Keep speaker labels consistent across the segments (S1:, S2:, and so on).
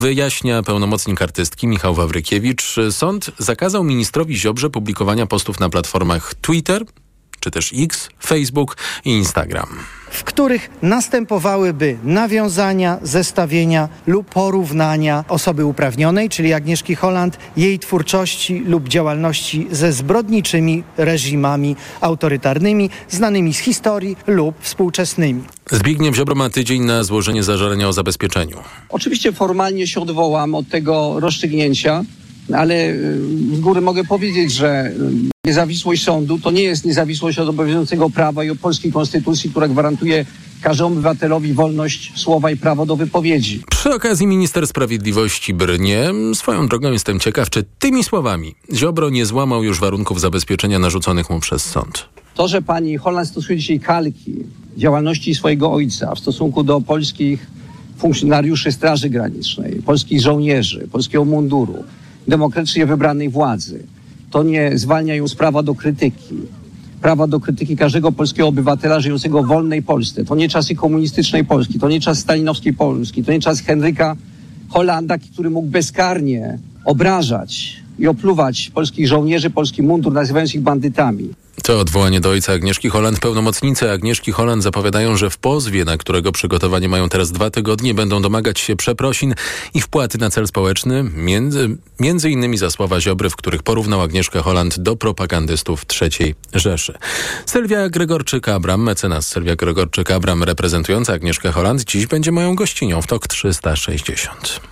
S1: Wyjaśnia pełnomocnik artystki Michał Wawrykiewicz. Sąd zakazał ministrowi Ziobrze publikowania postów na platformach Twitter, czy też X, Facebook i Instagram,
S2: w których następowałyby nawiązania, zestawienia lub porównania osoby uprawnionej, czyli Agnieszki Holland, jej twórczości lub działalności ze zbrodniczymi reżimami autorytarnymi, znanymi z historii lub współczesnymi.
S1: Zbigniew Ziobro ma tydzień na złożenie zażalenia o zabezpieczeniu.
S3: Oczywiście formalnie się odwołam od tego rozstrzygnięcia, ale z góry mogę powiedzieć, że niezawisłość sądu to nie jest niezawisłość od obowiązującego prawa i od polskiej konstytucji, która gwarantuje każdemu obywatelowi wolność słowa i prawo do wypowiedzi.
S1: Przy okazji minister sprawiedliwości brnie. Swoją drogą jestem ciekaw, czy tymi słowami Ziobro nie złamał już warunków zabezpieczenia narzuconych mu przez sąd.
S3: To, że pani Holland stosuje dzisiaj kalki działalności swojego ojca w stosunku do polskich funkcjonariuszy Straży Granicznej, polskich żołnierzy, polskiego munduru, demokratycznie wybranej władzy, to nie zwalnia ją z prawa do krytyki. Prawa do krytyki każdego polskiego obywatela żyjącego w wolnej Polsce. To nie czasy komunistycznej Polski, to nie czas stalinowskiej Polski, to nie czas Henryka Hollanda, który mógł bezkarnie obrażać i opluwać polskich żołnierzy, polski mundur, nazywając ich bandytami.
S1: To odwołanie do ojca Agnieszki Holland. Pełnomocnicy Agnieszki Holland zapowiadają, że w pozwie, na którego przygotowanie mają teraz 2 tygodnie, będą domagać się przeprosin i wpłaty na cel społeczny, między innymi za słowa Ziobry, w których porównał Agnieszkę Holland do propagandystów III Rzeszy. Sylwia Gregorczyk-Abram, mecenas Sylwia Gregorczyk-Abram, reprezentująca Agnieszkę Holland, dziś będzie moją gościnią w TOK 360.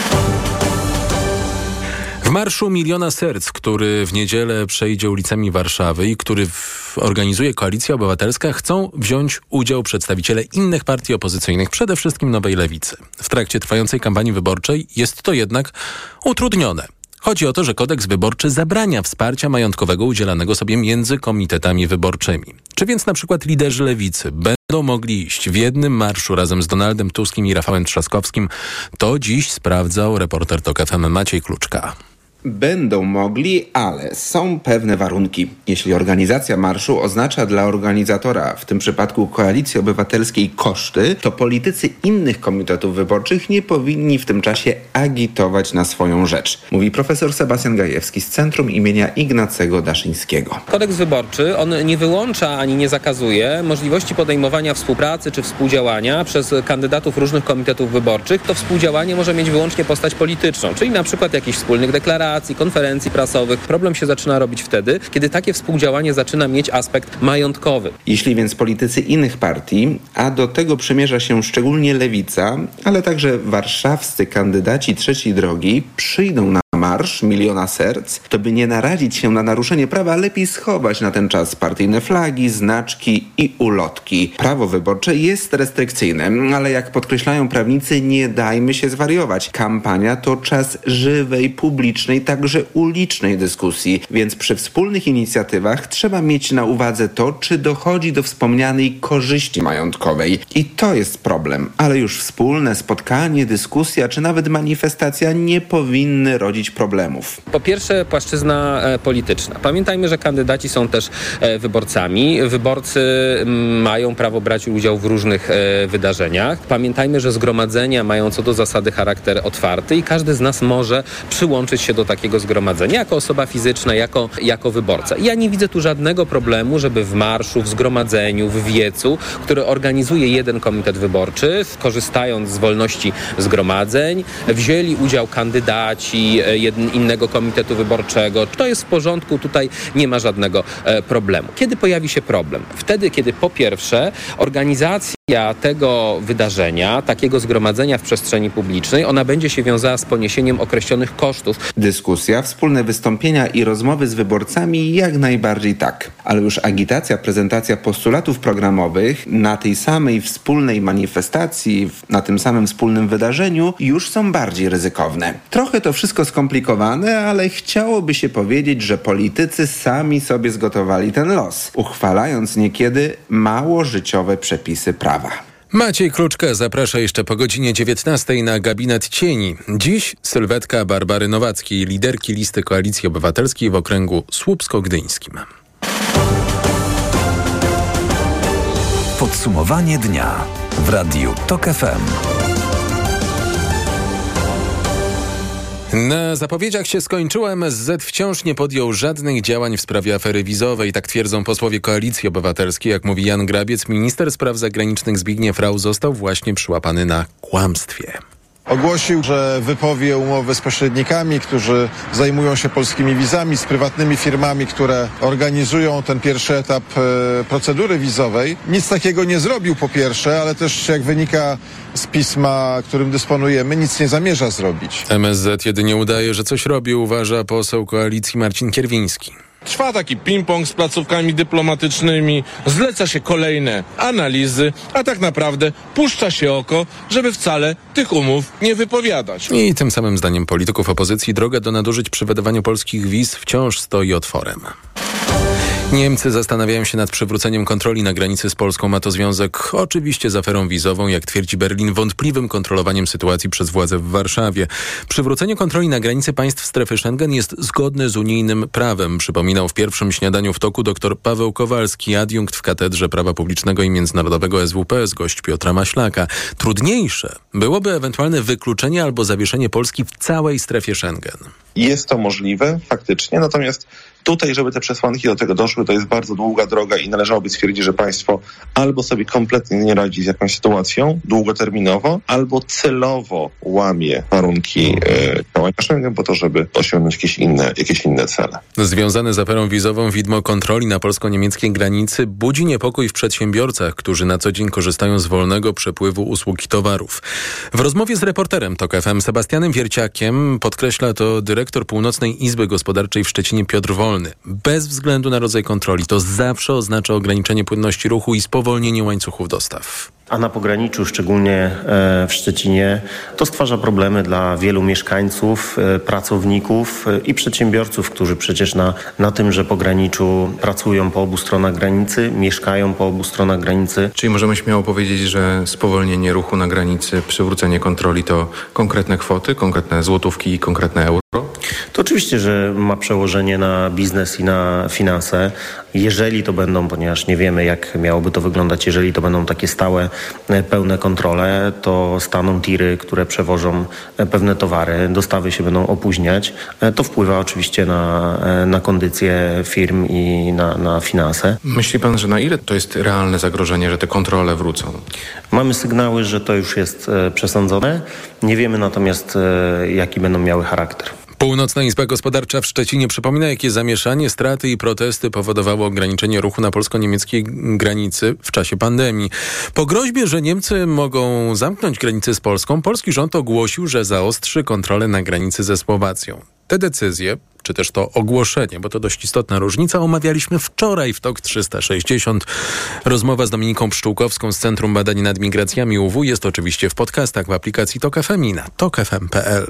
S1: W Marszu Miliona Serc, który w niedzielę przejdzie ulicami Warszawy i który organizuje Koalicja Obywatelska, chcą wziąć udział przedstawiciele innych partii opozycyjnych, przede wszystkim Nowej Lewicy. W trakcie trwającej kampanii wyborczej jest to jednak utrudnione. Chodzi o to, że kodeks wyborczy zabrania wsparcia majątkowego udzielanego sobie między komitetami wyborczymi. Czy więc na przykład liderzy Lewicy będą mogli iść w jednym marszu razem z Donaldem Tuskiem i Rafałem Trzaskowskim? To dziś sprawdzał reporter TOK FM Maciej Kluczka.
S4: Będą mogli, ale są pewne warunki. Jeśli organizacja marszu oznacza dla organizatora, w tym przypadku Koalicji Obywatelskiej, koszty, to politycy innych komitetów wyborczych nie powinni w tym czasie agitować na swoją rzecz. Mówi profesor Sebastian Gajewski z Centrum imienia Ignacego Daszyńskiego.
S5: Kodeks wyborczy, on nie wyłącza ani nie zakazuje możliwości podejmowania współpracy czy współdziałania przez kandydatów różnych komitetów wyborczych. To współdziałanie może mieć wyłącznie postać polityczną, czyli na przykład jakichś wspólnych deklaracji, konferencji prasowych. Problem się zaczyna robić wtedy, kiedy takie współdziałanie zaczyna mieć aspekt majątkowy.
S4: Jeśli więc politycy innych partii, a do tego przymierza się szczególnie Lewica, ale także warszawscy kandydaci trzeciej drogi, przyjdą na Marsz Miliona Serc, to by nie narazić się na naruszenie prawa, lepiej schować na ten czas partyjne flagi, znaczki i ulotki. Prawo wyborcze jest restrykcyjne, ale jak podkreślają prawnicy, nie dajmy się zwariować. Kampania to czas żywej, publicznej, także ulicznej dyskusji, więc przy wspólnych inicjatywach trzeba mieć na uwadze to, czy dochodzi do wspomnianej korzyści majątkowej. I to jest problem, ale już wspólne spotkanie, dyskusja czy nawet manifestacja nie powinny rodzić problemów.
S5: Po pierwsze, płaszczyzna polityczna. Pamiętajmy, że kandydaci są też wyborcami. Wyborcy mają prawo brać udział w różnych wydarzeniach. Pamiętajmy, że zgromadzenia mają co do zasady charakter otwarty i każdy z nas może przyłączyć się do takiego zgromadzenia jako osoba fizyczna, jako wyborca. I ja nie widzę tu żadnego problemu, żeby w marszu, w zgromadzeniu, w wiecu, który organizuje jeden komitet wyborczy, korzystając z wolności zgromadzeń, wzięli udział kandydaci innego komitetu wyborczego. To jest w porządku, tutaj nie ma żadnego problemu. Kiedy pojawi się problem? Wtedy, kiedy po pierwsze organizacja tego wydarzenia, takiego zgromadzenia w przestrzeni publicznej, ona będzie się wiązała z poniesieniem określonych kosztów.
S4: Dyskusja, wspólne wystąpienia i rozmowy z wyborcami jak najbardziej tak. Ale już agitacja, prezentacja postulatów programowych na tej samej wspólnej manifestacji, na tym samym wspólnym wydarzeniu już są bardziej ryzykowne. Trochę to wszystko skomplikowane, ale chciałoby się powiedzieć, że politycy sami sobie zgotowali ten los, uchwalając niekiedy mało życiowe przepisy prawa.
S1: Maciej Kluczka zaprasza jeszcze po godzinie 19 na Gabinet Cieni. Dziś sylwetka Barbary Nowackiej, liderki listy Koalicji Obywatelskiej w okręgu słupsko-gdyńskim.
S6: Podsumowanie dnia w Radiu TOK FM.
S1: Na zapowiedziach się skończyło. MSZ wciąż nie podjął żadnych działań w sprawie afery wizowej. Tak twierdzą posłowie Koalicji Obywatelskiej. Jak mówi Jan Grabiec, minister spraw zagranicznych Zbigniew Rau został właśnie przyłapany na kłamstwie.
S6: Ogłosił, że wypowie umowę z pośrednikami, którzy zajmują się polskimi wizami, z prywatnymi firmami, które organizują ten pierwszy etap procedury wizowej. Nic takiego nie zrobił, po pierwsze, ale też, jak wynika z pisma, którym dysponujemy, nic nie zamierza zrobić.
S1: MSZ jedynie udaje, że coś robi, uważa poseł Koalicji Marcin Kierwiński.
S7: Trwa taki ping-pong z placówkami dyplomatycznymi, zleca się kolejne analizy, a tak naprawdę puszcza się oko, żeby wcale tych umów nie wypowiadać.
S1: I tym samym zdaniem polityków opozycji droga do nadużyć przy wydawaniu polskich wiz wciąż stoi otworem. Niemcy zastanawiają się nad przywróceniem kontroli na granicy z Polską. Ma to związek oczywiście z aferą wizową, jak twierdzi Berlin, wątpliwym kontrolowaniem sytuacji przez władze w Warszawie. Przywrócenie kontroli na granicy państw strefy Schengen jest zgodne z unijnym prawem, przypominał w pierwszym śniadaniu w toku dr Paweł Kowalski, adiunkt w Katedrze Prawa Publicznego i Międzynarodowego SWPS, gość Piotra Maślaka. Trudniejsze byłoby ewentualne wykluczenie albo zawieszenie Polski w całej strefie Schengen.
S8: Jest to możliwe faktycznie, natomiast tutaj, żeby te przesłanki do tego doszły, to jest bardzo długa droga i należałoby stwierdzić, że państwo albo sobie kompletnie nie radzi z jakąś sytuacją długoterminowo, albo celowo łamie warunki działania Schengen po to, żeby osiągnąć jakieś inne cele.
S1: Związane z aferą wizową widmo kontroli na polsko-niemieckiej granicy budzi niepokój w przedsiębiorcach, którzy na co dzień korzystają z wolnego przepływu usług i towarów. W rozmowie z reporterem TOK FM Sebastianem Wierciakiem podkreśla to dyrektor Północnej Izby Gospodarczej w Szczecinie Piotr Wolny. Bez względu na rodzaj kontroli to zawsze oznacza ograniczenie płynności ruchu i spowolnienie łańcuchów dostaw.
S9: A na pograniczu, szczególnie w Szczecinie, to stwarza problemy dla wielu mieszkańców, pracowników i przedsiębiorców, którzy przecież na tymże pograniczu pracują po obu stronach granicy, mieszkają po obu stronach granicy.
S10: Czyli możemy śmiało powiedzieć, że spowolnienie ruchu na granicy, przywrócenie kontroli to konkretne kwoty, konkretne złotówki i konkretne euro?
S9: To oczywiście, że ma przełożenie na biznes i na finanse. Jeżeli to będą, ponieważ nie wiemy, jak miałoby to wyglądać, jeżeli to będą takie stałe, pełne kontrole, to staną tiry, które przewożą pewne towary, dostawy się będą opóźniać. To wpływa oczywiście na kondycję firm i na finanse.
S10: Myśli pan, że na ile to jest realne zagrożenie, że te kontrole wrócą?
S9: Mamy sygnały, że to już jest przesądzone. Nie wiemy natomiast, jaki będą miały charakter.
S1: Północna Izba Gospodarcza w Szczecinie przypomina, jakie zamieszanie, straty i protesty powodowało ograniczenie ruchu na polsko-niemieckiej granicy w czasie pandemii. Po groźbie, że Niemcy mogą zamknąć granicę z Polską, polski rząd ogłosił, że zaostrzy kontrolę na granicy ze Słowacją. Te decyzje, czy też to ogłoszenie, bo to dość istotna różnica, omawialiśmy wczoraj w TOK 360. Rozmowa z Dominiką Pszczółkowską z Centrum Badań nad Migracjami UW jest oczywiście w podcastach w aplikacji TOK FM i na tokfm.pl.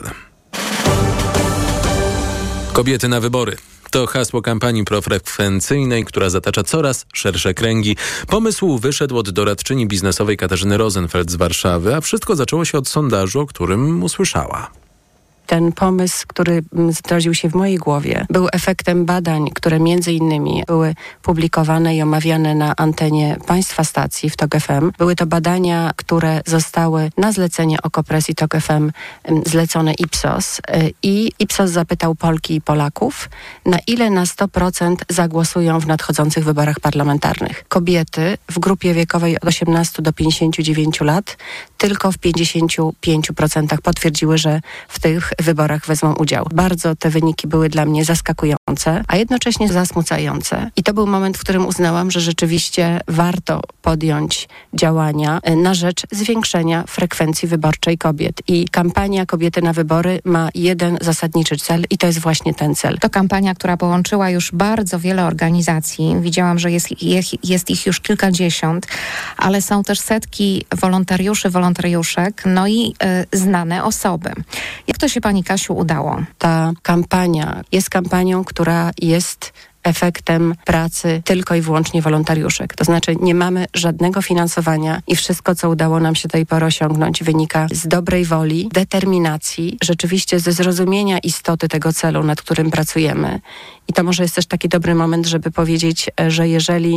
S1: Kobiety na wybory. To hasło kampanii profrekwencyjnej, która zatacza coraz szersze kręgi. Pomysł wyszedł od doradczyni biznesowej Katarzyny Rosenfeld z Warszawy, a wszystko zaczęło się od sondażu, o którym usłyszała.
S11: Ten pomysł, który zrodził się w mojej głowie, był efektem badań, które między innymi były publikowane i omawiane na antenie państwa stacji w TOK FM. Były to badania, które zostały na zlecenie Okopres i TOK FM zlecone Ipsos. I Ipsos zapytał Polki i Polaków, na ile na 100% zagłosują w nadchodzących wyborach parlamentarnych. Kobiety w grupie wiekowej od 18 do 59 lat tylko w 55% potwierdziły, że w tych wyborach wezmą udział. Bardzo te wyniki były dla mnie zaskakujące, a jednocześnie zasmucające. I to był moment, w którym uznałam, że rzeczywiście warto podjąć działania na rzecz zwiększenia frekwencji wyborczej kobiet. I kampania Kobiety na wybory ma jeden zasadniczy cel i to jest właśnie ten cel.
S12: To kampania, która połączyła już bardzo wiele organizacji. Widziałam, że jest ich już kilkadziesiąt, ale są też setki wolontariuszy, wolontariuszek, no i znane osoby. Jak to się pani Kasiu udało?
S11: Ta kampania jest kampanią, która jest efektem pracy tylko i wyłącznie wolontariuszek. To znaczy nie mamy żadnego finansowania i wszystko, co udało nam się tej pory osiągnąć, wynika z dobrej woli, determinacji, rzeczywiście ze zrozumienia istoty tego celu, nad którym pracujemy. I to może jest też taki dobry moment, żeby powiedzieć, że jeżeli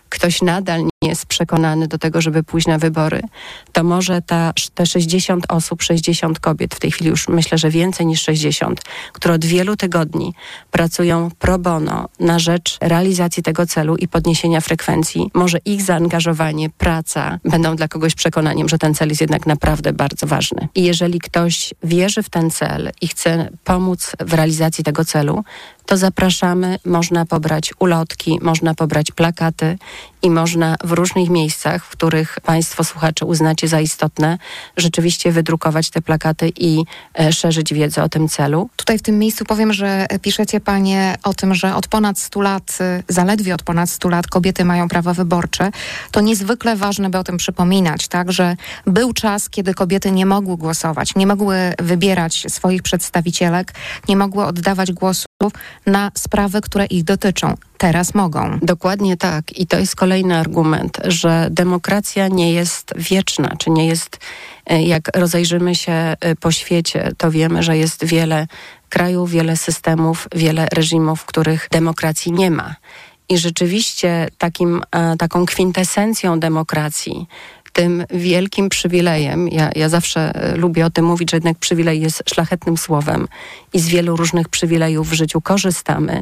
S11: ktoś nadal nie jest przekonany do tego, żeby pójść na wybory, to może te 60 osób, 60 kobiet, w tej chwili już myślę, że więcej niż 60, które od wielu tygodni pracują pro bono na rzecz realizacji tego celu i podniesienia frekwencji, może ich zaangażowanie, praca będą dla kogoś przekonaniem, że ten cel jest jednak naprawdę bardzo ważny. I jeżeli ktoś wierzy w ten cel i chce pomóc w realizacji tego celu, to zapraszamy, można pobrać ulotki, można pobrać plakaty i można w różnych miejscach, w których Państwo słuchacze uznacie za istotne, rzeczywiście wydrukować te plakaty i szerzyć wiedzę o tym celu.
S12: Tutaj w tym miejscu powiem, że piszecie Panie o tym, że od ponad 100 lat, zaledwie od ponad 100 lat kobiety mają prawa wyborcze. To niezwykle ważne, by o tym przypominać, tak, że był czas, kiedy kobiety nie mogły głosować, nie mogły wybierać swoich przedstawicielek, nie mogły oddawać głosów na sprawy, które ich dotyczą. Teraz mogą.
S11: Dokładnie tak. I to jest kolejny argument, że demokracja nie jest wieczna, czy nie jest, jak rozejrzymy się po świecie, to wiemy, że jest wiele krajów, wiele systemów, wiele reżimów, w których demokracji nie ma. I rzeczywiście taką kwintesencją demokracji, tym wielkim przywilejem, ja zawsze lubię o tym mówić, że jednak przywilej jest szlachetnym słowem i z wielu różnych przywilejów w życiu korzystamy,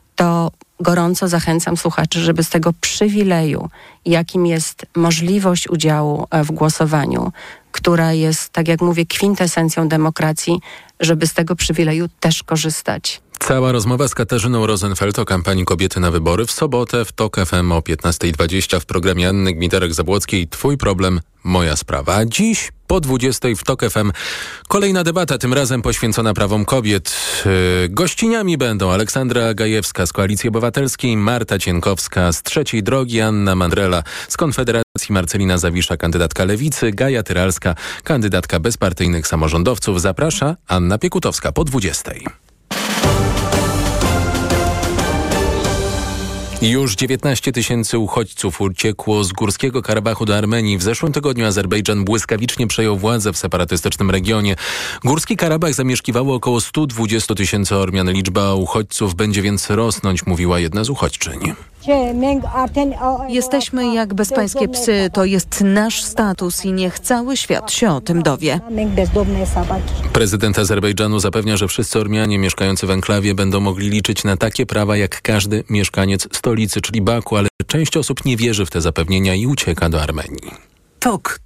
S11: to gorąco zachęcam słuchaczy, żeby z tego przywileju, jakim jest możliwość udziału w głosowaniu, która jest, tak jak mówię, kwintesencją demokracji, żeby z tego przywileju też korzystać.
S1: Cała rozmowa z Katarzyną Rosenfeld o kampanii Kobiety na wybory w sobotę w TOK FM o 15:20 w programie Anny Gmiterek-Zabłockiej. Twój problem, moja sprawa. A dziś po 20:00 w TOK FM kolejna debata, tym razem poświęcona prawom kobiet. Gościniami będą Aleksandra Gajewska z Koalicji Obywatelskiej, Marta Cienkowska z Trzeciej Drogi, Anna Mandrela z Konfederacji, Marcelina Zawisza, kandydatka Lewicy, Gaja Tyralska, kandydatka bezpartyjnych samorządowców. Zaprasza Anna Piekutowska po 20:00. Już 19 000 uchodźców uciekło z Górskiego Karabachu do Armenii. W zeszłym tygodniu Azerbejdżan błyskawicznie przejął władzę w separatystycznym regionie. Górski Karabach zamieszkiwało około 120 000 Ormian. Liczba uchodźców będzie więc rosnąć, mówiła jedna z uchodźczyń.
S13: Jesteśmy jak bezpańskie psy. To jest nasz status i niech cały świat się o tym dowie.
S1: Prezydent Azerbejdżanu zapewnia, że wszyscy Ormianie mieszkający w enklawie będą mogli liczyć na takie prawa jak każdy mieszkaniec stolicy, czyli Baku, ale część osób nie wierzy w te zapewnienia i ucieka do Armenii.
S14: TOK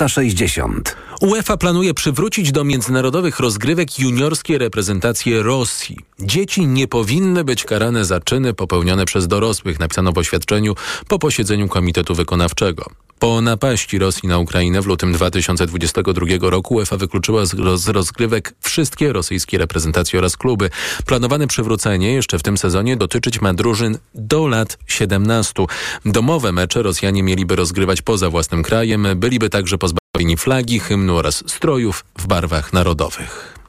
S14: 360.
S1: UEFA planuje przywrócić do międzynarodowych rozgrywek juniorskie reprezentacje Rosji. Dzieci nie powinny być karane za czyny popełnione przez dorosłych, napisano w oświadczeniu po posiedzeniu Komitetu Wykonawczego. Po napaści Rosji na Ukrainę w lutym 2022 roku UEFA wykluczyła z rozgrywek wszystkie rosyjskie reprezentacje oraz kluby. Planowane przywrócenie jeszcze w tym sezonie dotyczyć ma drużyn do lat 17. Domowe mecze Rosjanie mieliby rozgrywać poza własnym krajem. Byliby także pozbawieni flagi, hymnu oraz strojów w barwach narodowych.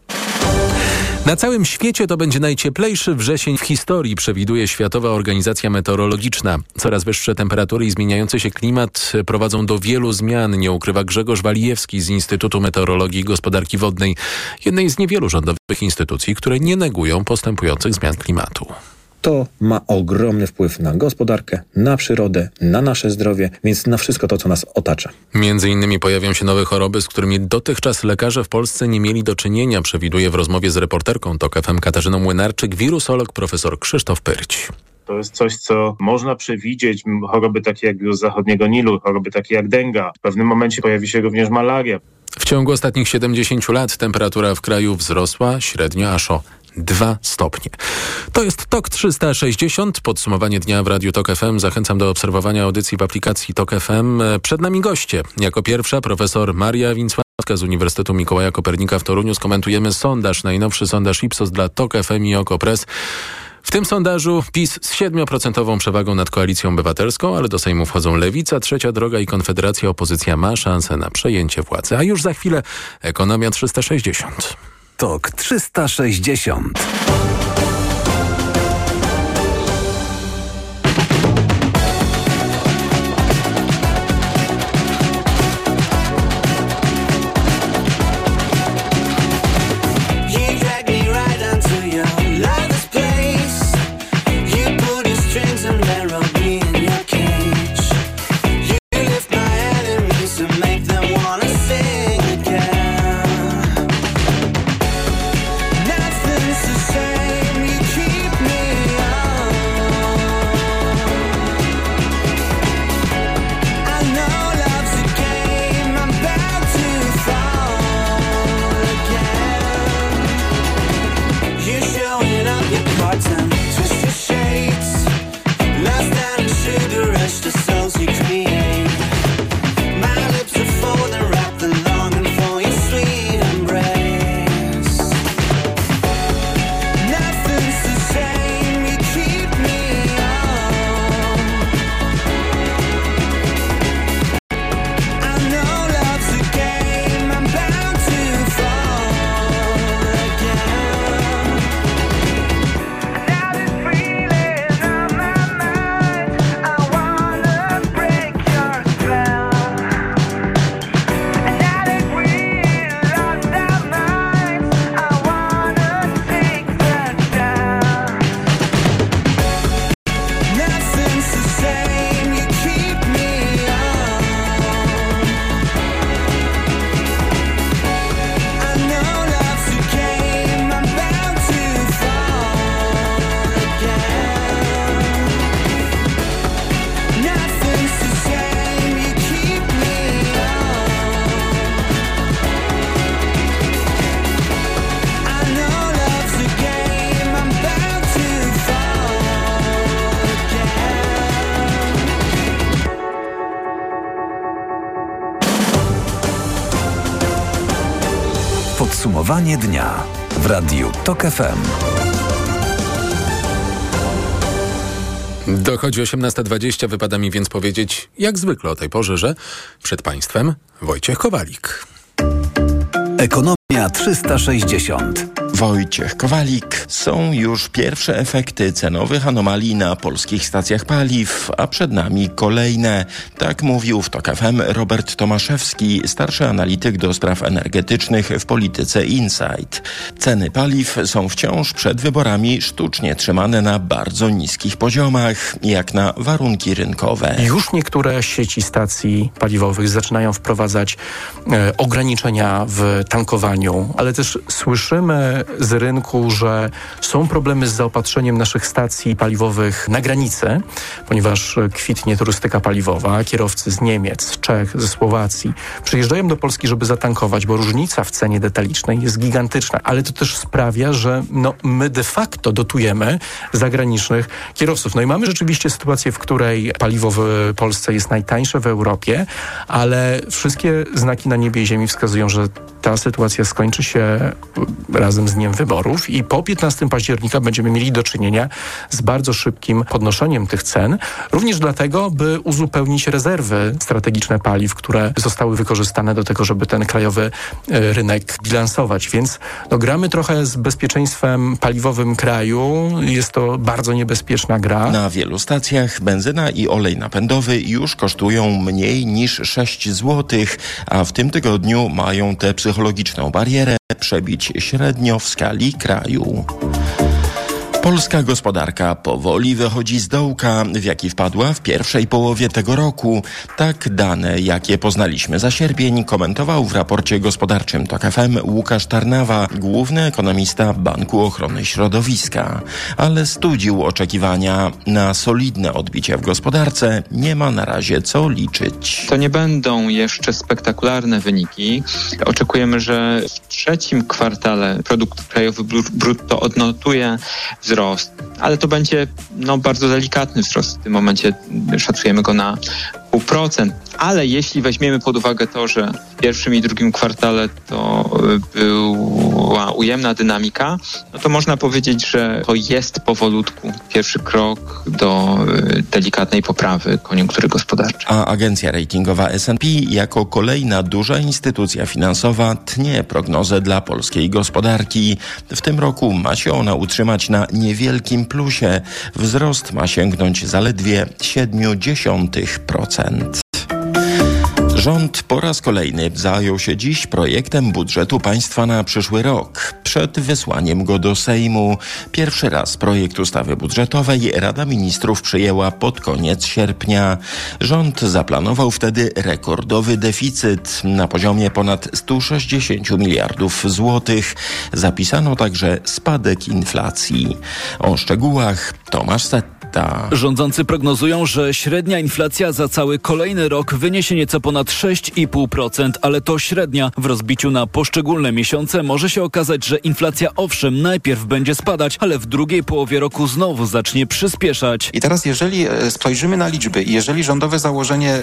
S1: Na całym świecie to będzie najcieplejszy wrzesień w historii, przewiduje Światowa Organizacja Meteorologiczna. Coraz wyższe temperatury i zmieniający się klimat prowadzą do wielu zmian, nie ukrywa Grzegorz Walijewski z Instytutu Meteorologii i Gospodarki Wodnej, jednej z niewielu rządowych instytucji, które nie negują postępujących zmian klimatu.
S15: To ma ogromny wpływ na gospodarkę, na przyrodę, na nasze zdrowie, więc na wszystko to, co nas otacza.
S1: Między innymi pojawią się nowe choroby, z którymi dotychczas lekarze w Polsce nie mieli do czynienia, przewiduje w rozmowie z reporterką TOK FM Katarzyną Młynarczyk wirusolog profesor Krzysztof Pyrć.
S16: To jest coś, co można przewidzieć. Choroby takie jak wirus zachodniego Nilu, choroby takie jak denga. W pewnym momencie pojawi się również malaria.
S1: W ciągu ostatnich 70 lat temperatura w kraju wzrosła średnio aż o 2 stopnie. To jest TOK 360. Podsumowanie dnia w Radiu TOK FM. Zachęcam do obserwowania audycji w aplikacji TOK FM. Przed nami goście. Jako pierwsza profesor Maria Więcławska z Uniwersytetu Mikołaja Kopernika w Toruniu. Skomentujemy sondaż, najnowszy sondaż Ipsos dla TOK FM i OKO.press. W tym sondażu PiS z 7% przewagą nad Koalicją Obywatelską, ale do Sejmu wchodzą Lewica, Trzecia Droga i Konfederacja. Opozycja ma szansę na przejęcie władzy. A już za chwilę Ekonomia 360.
S14: TOK 360. Podsumowanie dnia w Radiu TOK FM.
S1: Dochodzi 18:20, wypada mi więc powiedzieć, jak zwykle o tej porze, że przed Państwem Wojciech Kowalik.
S14: Ekonomia 360.
S17: Wojciech Kowalik. Są już pierwsze efekty cenowych anomalii na polskich stacjach paliw, a przed nami kolejne. Tak mówił w TOK FM Robert Tomaszewski, starszy analityk do spraw energetycznych w Polityce Insight. Ceny paliw są wciąż przed wyborami sztucznie trzymane na bardzo niskich poziomach, jak na warunki rynkowe.
S18: Już niektóre sieci stacji paliwowych zaczynają wprowadzać ograniczenia w tankowaniu, ale też słyszymy z rynku, że są problemy z zaopatrzeniem naszych stacji paliwowych na granicy, ponieważ kwitnie turystyka paliwowa. Kierowcy z Niemiec, z Czech, ze Słowacji przyjeżdżają do Polski, żeby zatankować, bo różnica w cenie detalicznej jest gigantyczna, ale to też sprawia, że my de facto dotujemy zagranicznych kierowców. No i mamy rzeczywiście sytuację, w której paliwo w Polsce jest najtańsze w Europie, ale wszystkie znaki na niebie i ziemi wskazują, że ta sytuacja skończy się razem z dniem wyborów i po 15 października będziemy mieli do czynienia z bardzo szybkim podnoszeniem tych cen. Również dlatego, by uzupełnić rezerwy strategiczne paliw, które zostały wykorzystane do tego, żeby ten krajowy rynek bilansować. Więc gramy trochę z bezpieczeństwem paliwowym kraju. Jest to bardzo niebezpieczna gra.
S17: Na wielu stacjach benzyna i olej napędowy już kosztują mniej niż 6 zł, a w tym tygodniu mają tę psychologiczną barierę przebić średnio w skali kraju. Polska gospodarka powoli wychodzi z dołka, w jaki wpadła w pierwszej połowie tego roku. Tak dane, jakie poznaliśmy za sierpień, komentował w raporcie gospodarczym TOK FM Łukasz Tarnawa, główny ekonomista Banku Ochrony Środowiska. Ale studził oczekiwania na solidne odbicie w gospodarce nie ma na razie co liczyć.
S19: To nie będą jeszcze spektakularne wyniki. Oczekujemy, że w trzecim kwartale produkt krajowy brutto odnotuje wzrost, ale to będzie bardzo delikatny wzrost. W tym momencie szacujemy go na 0,5%, ale jeśli weźmiemy pod uwagę to, że w pierwszym i drugim kwartale to była ujemna dynamika, to można powiedzieć, że to jest powolutku pierwszy krok do delikatnej poprawy koniunktury gospodarczej.
S17: A agencja ratingowa S&P jako kolejna duża instytucja finansowa tnie prognozę dla polskiej gospodarki. W tym roku ma się ona utrzymać na niewielkim plusie. Wzrost ma sięgnąć zaledwie 0,7%. Rząd po raz kolejny zajął się dziś projektem budżetu państwa na przyszły rok. Przed wysłaniem go do Sejmu pierwszy raz projekt ustawy budżetowej Rada Ministrów przyjęła pod koniec sierpnia. Rząd zaplanował wtedy rekordowy deficyt na poziomie ponad 160 miliardów złotych. Zapisano także spadek inflacji. O szczegółach Tomasz Setta.
S20: Rządzący prognozują, że średnia inflacja za cały kolejny rok wyniesie nieco ponad 6,5%, ale to średnia. W rozbiciu na poszczególne miesiące może się okazać, że inflacja owszem najpierw będzie spadać, ale w drugiej połowie roku znowu zacznie przyspieszać.
S21: I teraz jeżeli spojrzymy na liczby i jeżeli rządowe założenie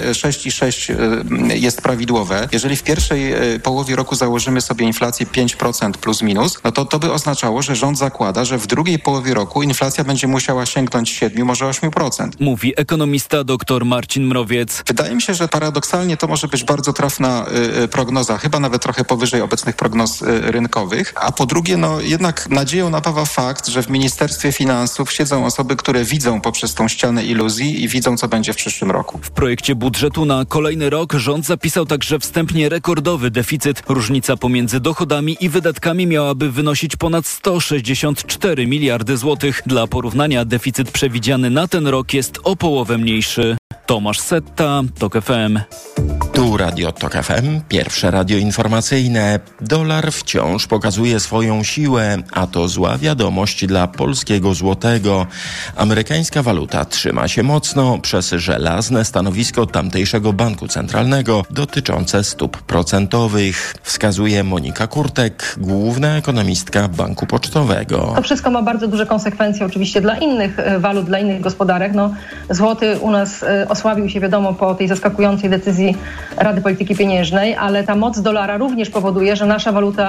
S21: 6,6 jest prawidłowe, jeżeli w pierwszej połowie roku założymy sobie inflację 5% plus minus, to by oznaczało, że rząd zakłada, że w drugiej połowie roku inflacja będzie musiała sięgnąć 7, może 8%.
S20: Mówi ekonomista dr Marcin Mrowiec.
S21: Wydaje mi się, że paradoksalnie to może być bardzo trafna prognoza, chyba nawet trochę powyżej obecnych prognoz rynkowych. A po drugie, jednak nadzieją napawa fakt, że w Ministerstwie Finansów siedzą osoby, które widzą poprzez tą ścianę iluzji i widzą, co będzie w przyszłym roku.
S20: W projekcie budżetu na kolejny rok rząd zapisał także wstępnie rekordowy deficyt. Różnica pomiędzy dochodami i wydatkami miałaby wynosić ponad 164 miliardy złotych. Dla porównania deficyt przewidziany na ten rok jest o połowę mniejszy. Tomasz Setta, TOK FM.
S17: Tu Radio TOK FM, pierwsze radio informacyjne. Dolar wciąż pokazuje swoją siłę, a to zła wiadomość dla polskiego złotego. Amerykańska waluta trzyma się mocno przez żelazne stanowisko tamtejszego banku centralnego dotyczące stóp procentowych, wskazuje Monika Kurtek, główna ekonomistka Banku Pocztowego.
S22: To wszystko ma bardzo duże konsekwencje oczywiście dla innych walut, dla innych gospodarek. Złoty u nas osłabił się, wiadomo, po tej zaskakującej decyzji Rady Polityki Pieniężnej, ale ta moc dolara również powoduje, że nasza waluta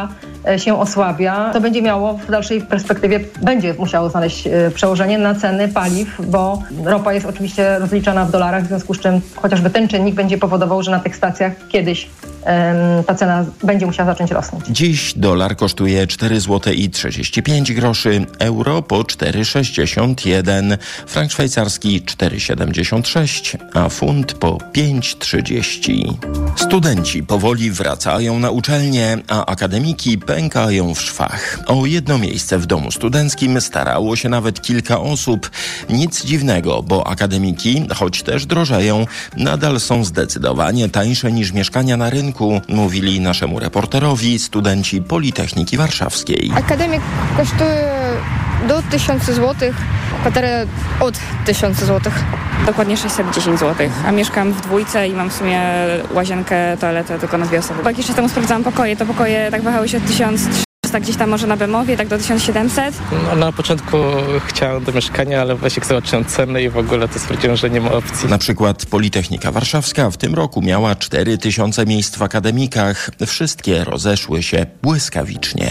S22: się osłabia, to będzie miało w dalszej perspektywie, będzie musiało znaleźć przełożenie na ceny paliw, bo ropa jest oczywiście rozliczana w dolarach, w związku z czym chociażby ten czynnik będzie powodował, że na tych stacjach kiedyś ta cena będzie musiała zacząć rosnąć.
S17: Dziś dolar kosztuje 4,35 zł, euro po 4,61, frank szwajcarski 4,76, a funt po 5,30. Studenci powoli wracają na uczelnie, a akademiki pękają w szwach. O jedno miejsce w domu studenckim starało się nawet kilka osób. Nic dziwnego, bo akademiki, choć też drożeją, nadal są zdecydowanie tańsze niż mieszkania na rynku, mówili naszemu reporterowi studenci Politechniki Warszawskiej.
S2: Akademik kosztuje do 1000 zł, kwaterę od 1000 zł.
S3: Dokładnie 610 zł, a mieszkam w dwójce i mam w sumie łazienkę, toaletę tylko na 2 osoby. Bo jakiś czas temu sprawdzałam pokoje, to pokoje tak wahały się od 1300 gdzieś tam może na Bemowie, tak do 1700.
S23: No, na początku chciałem do mieszkania, ale właśnie zobaczyłem ceny i w ogóle to stwierdziłem, że nie ma opcji.
S17: Na przykład Politechnika Warszawska w tym roku miała 4000 miejsc w akademikach. Wszystkie rozeszły się błyskawicznie.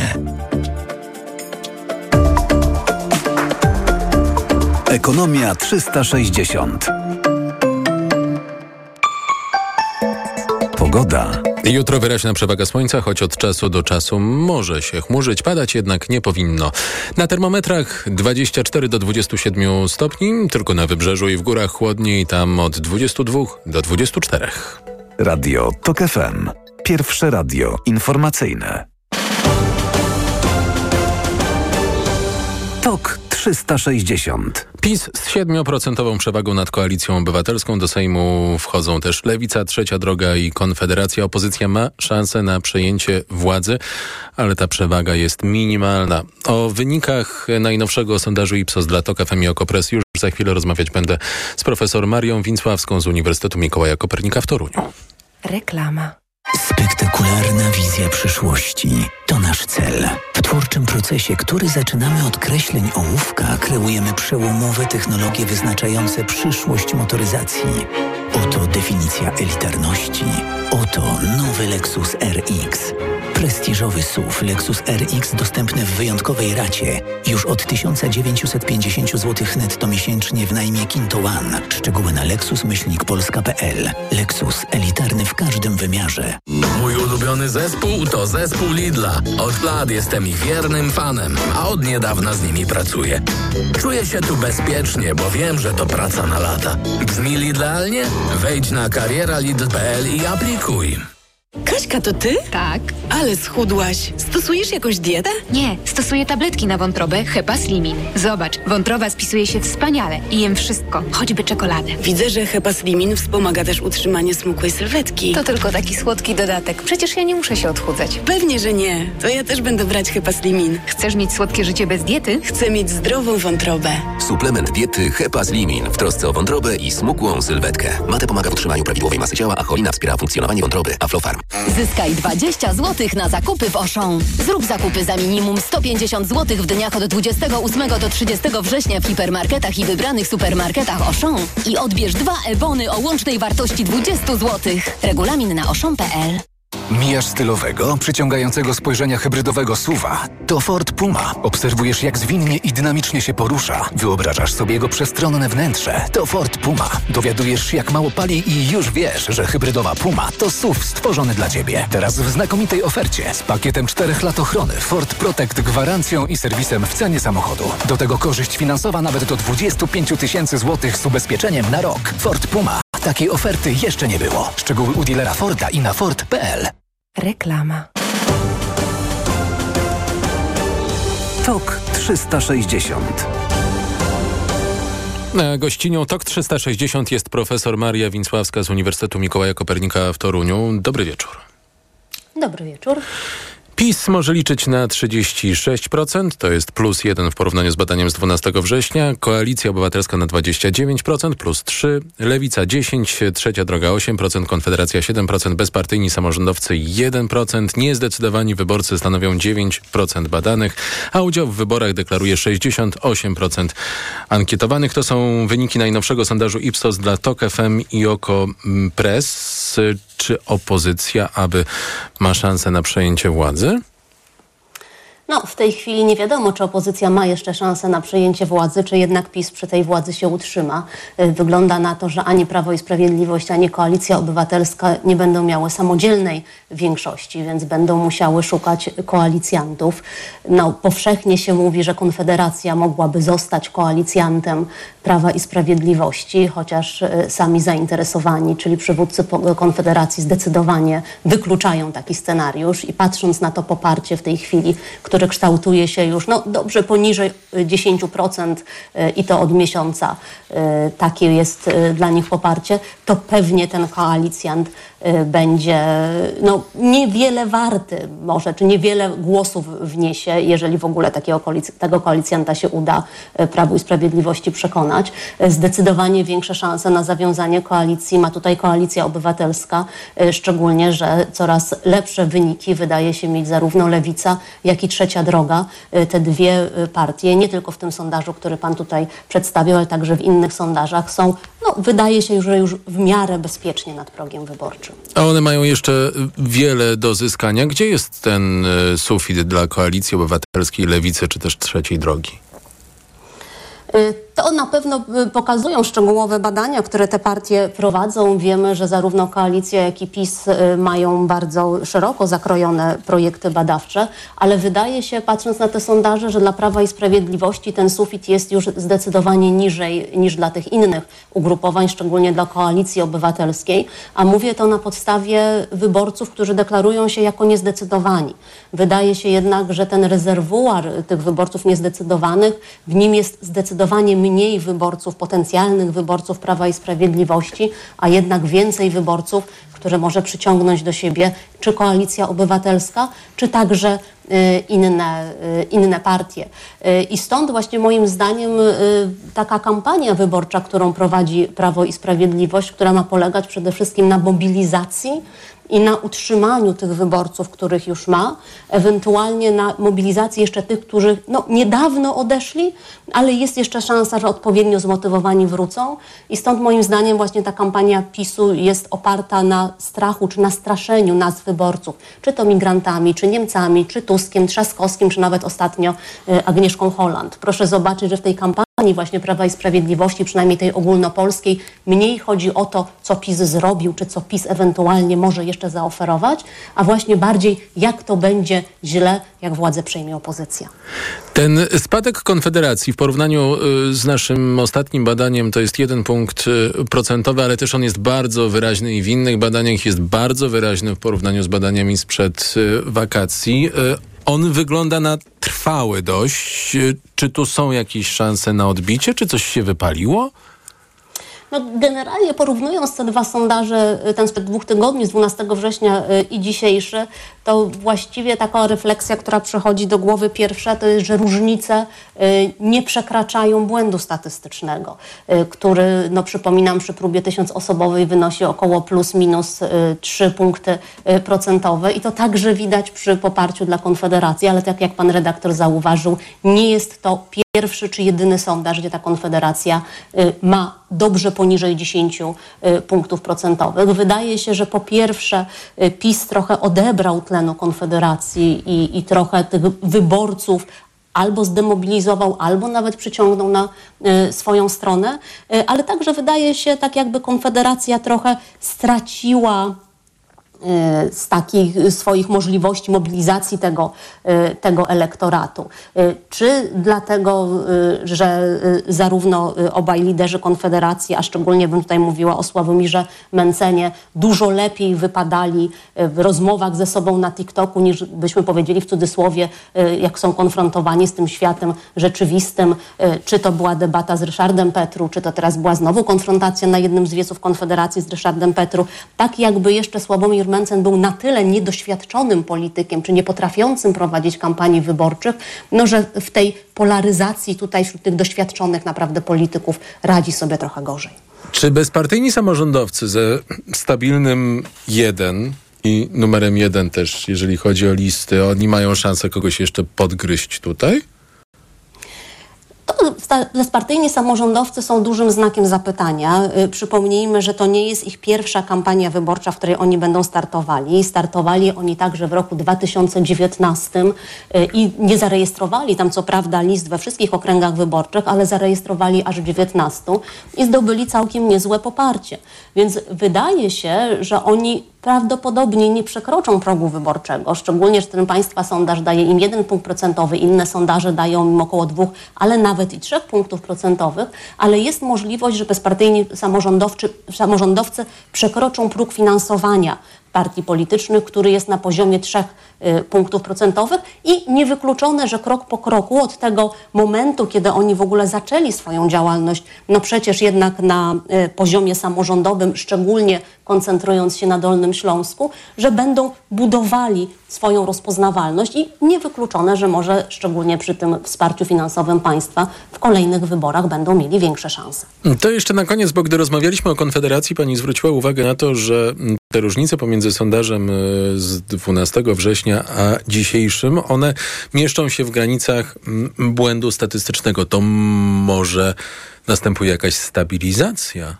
S14: Ekonomia 360. Pogoda.
S1: Jutro wyraźna przewaga słońca, choć od czasu do czasu może się chmurzyć, padać jednak nie powinno. Na termometrach 24 do 27 stopni, tylko na wybrzeżu i w górach chłodniej, tam od 22 do 24.
S14: Radio TOK FM. Pierwsze radio informacyjne. TOK 360.
S1: PiS z 7% przewagą nad Koalicją Obywatelską. Do Sejmu wchodzą też Lewica, Trzecia Droga i Konfederacja. Opozycja ma szansę na przejęcie władzy, ale ta przewaga jest minimalna. O wynikach najnowszego sondażu Ipsos dla TOK FM i Okopres już za chwilę rozmawiać będę z profesor Marią Wincławską z Uniwersytetu Mikołaja Kopernika w Toruniu.
S24: Reklama. Spektakularna wizja przyszłości to nasz cel. W twórczym procesie, który zaczynamy od kreśleń ołówka, kreujemy przełomowe technologie wyznaczające przyszłość motoryzacji. Oto definicja elitarności. Oto nowy Lexus RX. Prestiżowy SUV Lexus RX dostępny w wyjątkowej racie. Już od 1950 zł netto miesięcznie w najmie Kinto One. Szczegóły na lexus-polska.pl. Lexus elitarny w każdym wymiarze.
S25: Mój ulubiony zespół to zespół Lidla. Od lat jestem ich wiernym fanem, a od niedawna z nimi pracuję. Czuję się tu bezpiecznie, bo wiem, że to praca na lata. Brzmi idealnie? Wejdź na karieralidl.pl i aplikuj.
S26: Kaśka, to ty?
S27: Tak.
S26: Ale schudłaś. Stosujesz jakąś dietę?
S27: Nie, stosuję tabletki na wątrobę Hepaslimin. Zobacz, wątroba spisuje się wspaniale i jem wszystko, choćby czekoladę.
S26: Widzę, że Hepaslimin wspomaga też utrzymanie smukłej sylwetki.
S27: To tylko taki słodki dodatek. Przecież ja nie muszę się odchudzać.
S26: Pewnie, że nie. To ja też będę brać Hepaslimin.
S27: Chcesz mieć słodkie życie bez diety?
S26: Chcę mieć zdrową wątrobę.
S25: Suplement diety Hepaslimin w trosce o wątrobę i smukłą sylwetkę. Mate pomaga w utrzymaniu prawidłowej masy ciała, a cholina wspiera funkcjonowanie wątroby. Aflofarm.
S28: Zyskaj 20 zł na zakupy w Auchan. Zrób zakupy za minimum 150 zł w dniach od 28 do 30 września w hipermarketach i wybranych supermarketach Auchan i odbierz 2 e-bony o łącznej wartości 20 zł. Regulamin na auchan.pl.
S29: Mijasz stylowego, przyciągającego spojrzenia hybrydowego SUV-a. To Ford Puma. Obserwujesz, jak zwinnie i dynamicznie się porusza. Wyobrażasz sobie jego przestronne wnętrze. To Ford Puma. Dowiadujesz się, jak mało pali i już wiesz, że hybrydowa Puma to SUV stworzony dla Ciebie. Teraz w znakomitej ofercie z pakietem 4 lat ochrony, Ford Protect, gwarancją i serwisem w cenie samochodu. Do tego korzyść finansowa nawet do 25 000 złotych z ubezpieczeniem na rok. Ford Puma. Takiej oferty jeszcze nie było. Szczegóły u dealera Forda i na Ford.pl.
S24: Reklama.
S14: TOK 360.
S1: Gościnią TOK 360 jest profesor Maria Wincławska z Uniwersytetu Mikołaja Kopernika w Toruniu. Dobry wieczór.
S30: Dobry wieczór.
S1: PiS może liczyć na 36%, to jest +1 w porównaniu z badaniem z 12 września. Koalicja Obywatelska na 29%, +3. Lewica 10%, Trzecia Droga 8%, Konfederacja 7%, bezpartyjni samorządowcy 1%. Niezdecydowani wyborcy stanowią 9% badanych, a udział w wyborach deklaruje 68% ankietowanych. To są wyniki najnowszego sondażu Ipsos dla TOK FM i Okopres. Czy opozycja, aby ma szansę na przejęcie władzy?
S30: No, w tej chwili nie wiadomo, czy opozycja ma jeszcze szansę na przejęcie władzy, czy jednak PiS przy tej władzy się utrzyma. Wygląda na to, że ani Prawo i Sprawiedliwość, ani Koalicja Obywatelska nie będą miały samodzielnej większości, więc będą musiały szukać koalicjantów. No, powszechnie się mówi, że Konfederacja mogłaby zostać koalicjantem Prawa i Sprawiedliwości, chociaż sami zainteresowani, czyli przywódcy Konfederacji zdecydowanie wykluczają taki scenariusz i patrząc na to poparcie w tej chwili, które kształtuje się już dobrze poniżej 10% i to od miesiąca, takie jest dla nich poparcie, to pewnie ten koalicjant będzie niewiele warty może, czy niewiele głosów wniesie, jeżeli w ogóle tego koalicjanta się uda Prawu i Sprawiedliwości przekonać. Zdecydowanie większe szanse na zawiązanie koalicji ma tutaj Koalicja Obywatelska, szczególnie, że coraz lepsze wyniki wydaje się mieć zarówno Lewica, jak i Trzecia Droga. Te dwie partie, nie tylko w tym sondażu, który pan tutaj przedstawił, ale także w innych sondażach są, wydaje się, że już w miarę bezpiecznie nad progiem wyborczym.
S1: A one mają jeszcze wiele do zyskania. Gdzie jest ten sufit dla Koalicji Obywatelskiej, Lewicy czy też Trzeciej Drogi?
S30: To na pewno pokazują szczegółowe badania, które te partie prowadzą. Wiemy, że zarówno Koalicja, jak i PiS mają bardzo szeroko zakrojone projekty badawcze, ale wydaje się, patrząc na te sondaże, że dla Prawa i Sprawiedliwości ten sufit jest już zdecydowanie niżej niż dla tych innych ugrupowań, szczególnie dla Koalicji Obywatelskiej. A mówię to na podstawie wyborców, którzy deklarują się jako niezdecydowani. Wydaje się jednak, że ten rezerwuar tych wyborców niezdecydowanych, w nim jest zdecydowanie mniej wyborców, potencjalnych wyborców Prawa i Sprawiedliwości, a jednak więcej wyborców, które może przyciągnąć do siebie czy Koalicja Obywatelska, czy także inne partie. I stąd właśnie moim zdaniem taka kampania wyborcza, którą prowadzi Prawo i Sprawiedliwość, która ma polegać przede wszystkim na mobilizacji i na utrzymaniu tych wyborców, których już ma, ewentualnie na mobilizacji jeszcze tych, którzy niedawno odeszli, ale jest jeszcze szansa, że odpowiednio zmotywowani wrócą i stąd moim zdaniem właśnie ta kampania PiS-u jest oparta na strachu czy na straszeniu nas wyborców, czy to migrantami, czy Niemcami, czy Tuskiem, Trzaskowskim, czy nawet ostatnio Agnieszką Holland. Proszę zobaczyć, że w tej kampanii właśnie Prawa i Sprawiedliwości, przynajmniej tej ogólnopolskiej, mniej chodzi o to, co PiS zrobił, czy co PiS ewentualnie może jeszcze zaoferować, a właśnie bardziej jak to będzie źle, jak władzę przejmie opozycja.
S1: Ten spadek Konfederacji w porównaniu z naszym ostatnim badaniem to jest 1 punkt procentowy, ale też on jest bardzo wyraźny i w innych badaniach jest bardzo wyraźny w porównaniu z badaniami sprzed wakacji. On wygląda na trwały dość. Czy tu są jakieś szanse na odbicie? Czy coś się wypaliło?
S30: Generalnie porównując te dwa sondaże, ten sprzed 2 tygodni, z 12 września i dzisiejszy, to właściwie taka refleksja, która przychodzi do głowy pierwsza, to jest, że różnice nie przekraczają błędu statystycznego, który, przypominam, przy próbie 1000-osobowej wynosi około plus minus 3 punkty procentowe i to także widać przy poparciu dla Konfederacji, ale tak jak pan redaktor zauważył, nie jest to pierwszy czy jedyny sondaż, gdzie ta Konfederacja ma dobrze poniżej 10 punktów procentowych. Wydaje się, że po pierwsze PiS trochę odebrał tlenu Konfederacji i trochę tych wyborców albo zdemobilizował, albo nawet przyciągnął na swoją stronę, ale także wydaje się, tak jakby Konfederacja trochę straciła z takich swoich możliwości mobilizacji tego elektoratu. Czy dlatego, że zarówno obaj liderzy Konfederacji, a szczególnie bym tutaj mówiła o Sławomirze Mentzenie, dużo lepiej wypadali w rozmowach ze sobą na TikToku, niż byśmy powiedzieli w cudzysłowie, jak są konfrontowani z tym światem rzeczywistym, czy to była debata z Ryszardem Petru, czy to teraz była znowu konfrontacja na jednym z wieców Konfederacji z Ryszardem Petru, tak jakby jeszcze Sławomir Mentzen był na tyle niedoświadczonym politykiem, czy nie potrafiącym prowadzić kampanii wyborczych, że w tej polaryzacji tutaj wśród tych doświadczonych naprawdę polityków radzi sobie trochę gorzej.
S1: Czy bezpartyjni samorządowcy ze stabilnym 1 i numerem 1 też, jeżeli chodzi o listy, oni mają szansę kogoś jeszcze podgryźć tutaj?
S30: To Bezpartyjni samorządowcy są dużym znakiem zapytania. Przypomnijmy, że to nie jest ich pierwsza kampania wyborcza, w której oni będą startowali. Startowali oni także w roku 2019 i nie zarejestrowali tam co prawda list we wszystkich okręgach wyborczych, ale zarejestrowali aż 19 i zdobyli całkiem niezłe poparcie. Więc wydaje się, że oni prawdopodobnie nie przekroczą progu wyborczego, szczególnie, że ten państwa sondaż daje im 1 punkt procentowy, inne sondaże dają im około 2, ale nawet i 3 punktów procentowych, ale jest możliwość, że bezpartyjni samorządowcy przekroczą próg finansowania partii politycznych, który jest na poziomie 3 punktów procentowych i niewykluczone, że krok po kroku od tego momentu, kiedy oni w ogóle zaczęli swoją działalność, no przecież jednak na poziomie samorządowym, szczególnie koncentrując się na Dolnym Śląsku, że będą budowali swoją rozpoznawalność i niewykluczone, że może szczególnie przy tym wsparciu finansowym państwa w kolejnych wyborach będą mieli większe szanse.
S1: To jeszcze na koniec, bo gdy rozmawialiśmy o Konfederacji, pani zwróciła uwagę na to, że te różnice pomiędzy sondażem z 12 września a dzisiejszym, one mieszczą się w granicach błędu statystycznego. To może następuje jakaś stabilizacja?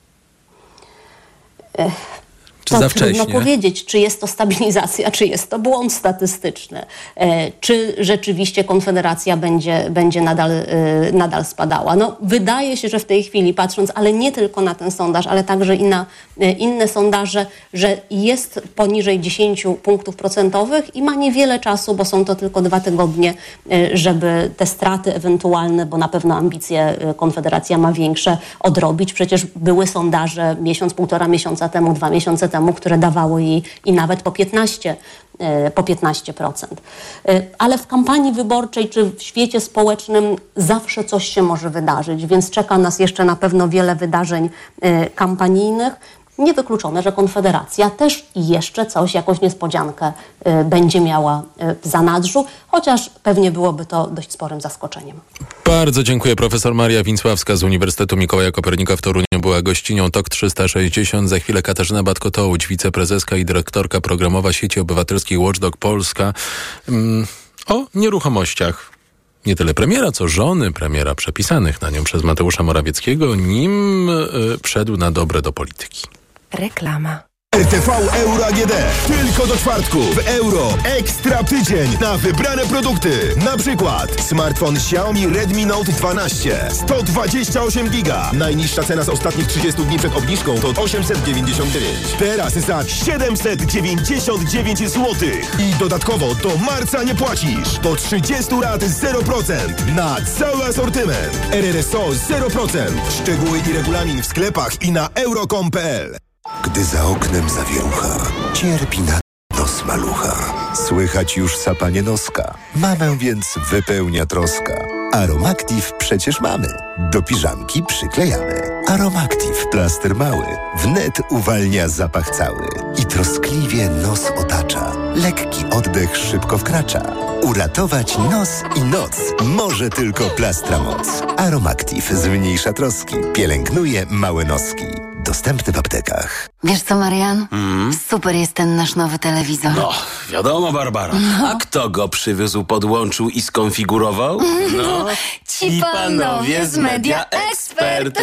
S1: Czy za wcześnie?
S30: Trudno powiedzieć, czy jest to stabilizacja, czy jest to błąd statystyczny. Czy rzeczywiście Konfederacja będzie nadal spadała. No, wydaje się, że w tej chwili, patrząc, ale nie tylko na ten sondaż, ale także i na inne sondaże, że jest poniżej 10 punktów procentowych i ma niewiele czasu, bo są to tylko 2 tygodnie, żeby te straty ewentualne, bo na pewno ambicje Konfederacja ma większe, odrobić. Przecież były sondaże miesiąc, 1,5 miesiąca temu, 2 miesiące temu, które dawało jej i nawet po 15%. Ale w kampanii wyborczej czy w świecie społecznym zawsze coś się może wydarzyć, więc czeka nas jeszcze na pewno wiele wydarzeń kampanijnych. Niewykluczone, że Konfederacja też jeszcze coś, jakąś niespodziankę będzie miała w zanadrzu, chociaż pewnie byłoby to dość sporym zaskoczeniem.
S1: Bardzo dziękuję. Profesor Maria Więcławska z Uniwersytetu Mikołaja Kopernika w Toruniu była gościnią TOK 360. Za chwilę Katarzyna Batko-Tołuć, wiceprezeska i dyrektorka programowa sieci obywatelskiej Watchdog Polska. O nieruchomościach. Nie tyle premiera, co żony premiera przepisanych na nią przez Mateusza Morawieckiego, nim wszedł na dobre do polityki.
S4: Reklama.
S5: RTV Euro AGD. Tylko do czwartku. W euro. Ekstra tydzień na wybrane produkty. Na przykład smartfon Xiaomi Redmi Note 12. 128 giga. Najniższa cena z ostatnich 30 dni przed obniżką to 899. Teraz za 799 zł. I dodatkowo do marca nie płacisz. Do 30 lat 0%. Na cały asortyment. RRSO 0%. Szczegóły i regulamin w sklepach i na euro.com.pl.
S6: Gdy za oknem zawierucha, cierpi na nos malucha. Słychać już sapanie noska. Mamę więc wypełnia troska. Aromactive przecież mamy. Do piżamki przyklejamy. Aromactive plaster mały. Wnet uwalnia zapach cały. I troskliwie nos otacza. Lekki oddech szybko wkracza. Uratować nos i noc może tylko plastra moc. Aromactive zmniejsza troski. Pielęgnuje małe noski. Dostępny w aptekach.
S7: Wiesz co, Marian? Super jest ten nasz nowy telewizor.
S8: No, wiadomo, Barbara. A kto go przywiózł, podłączył i skonfigurował? No,
S7: ci panowie z Media Expert.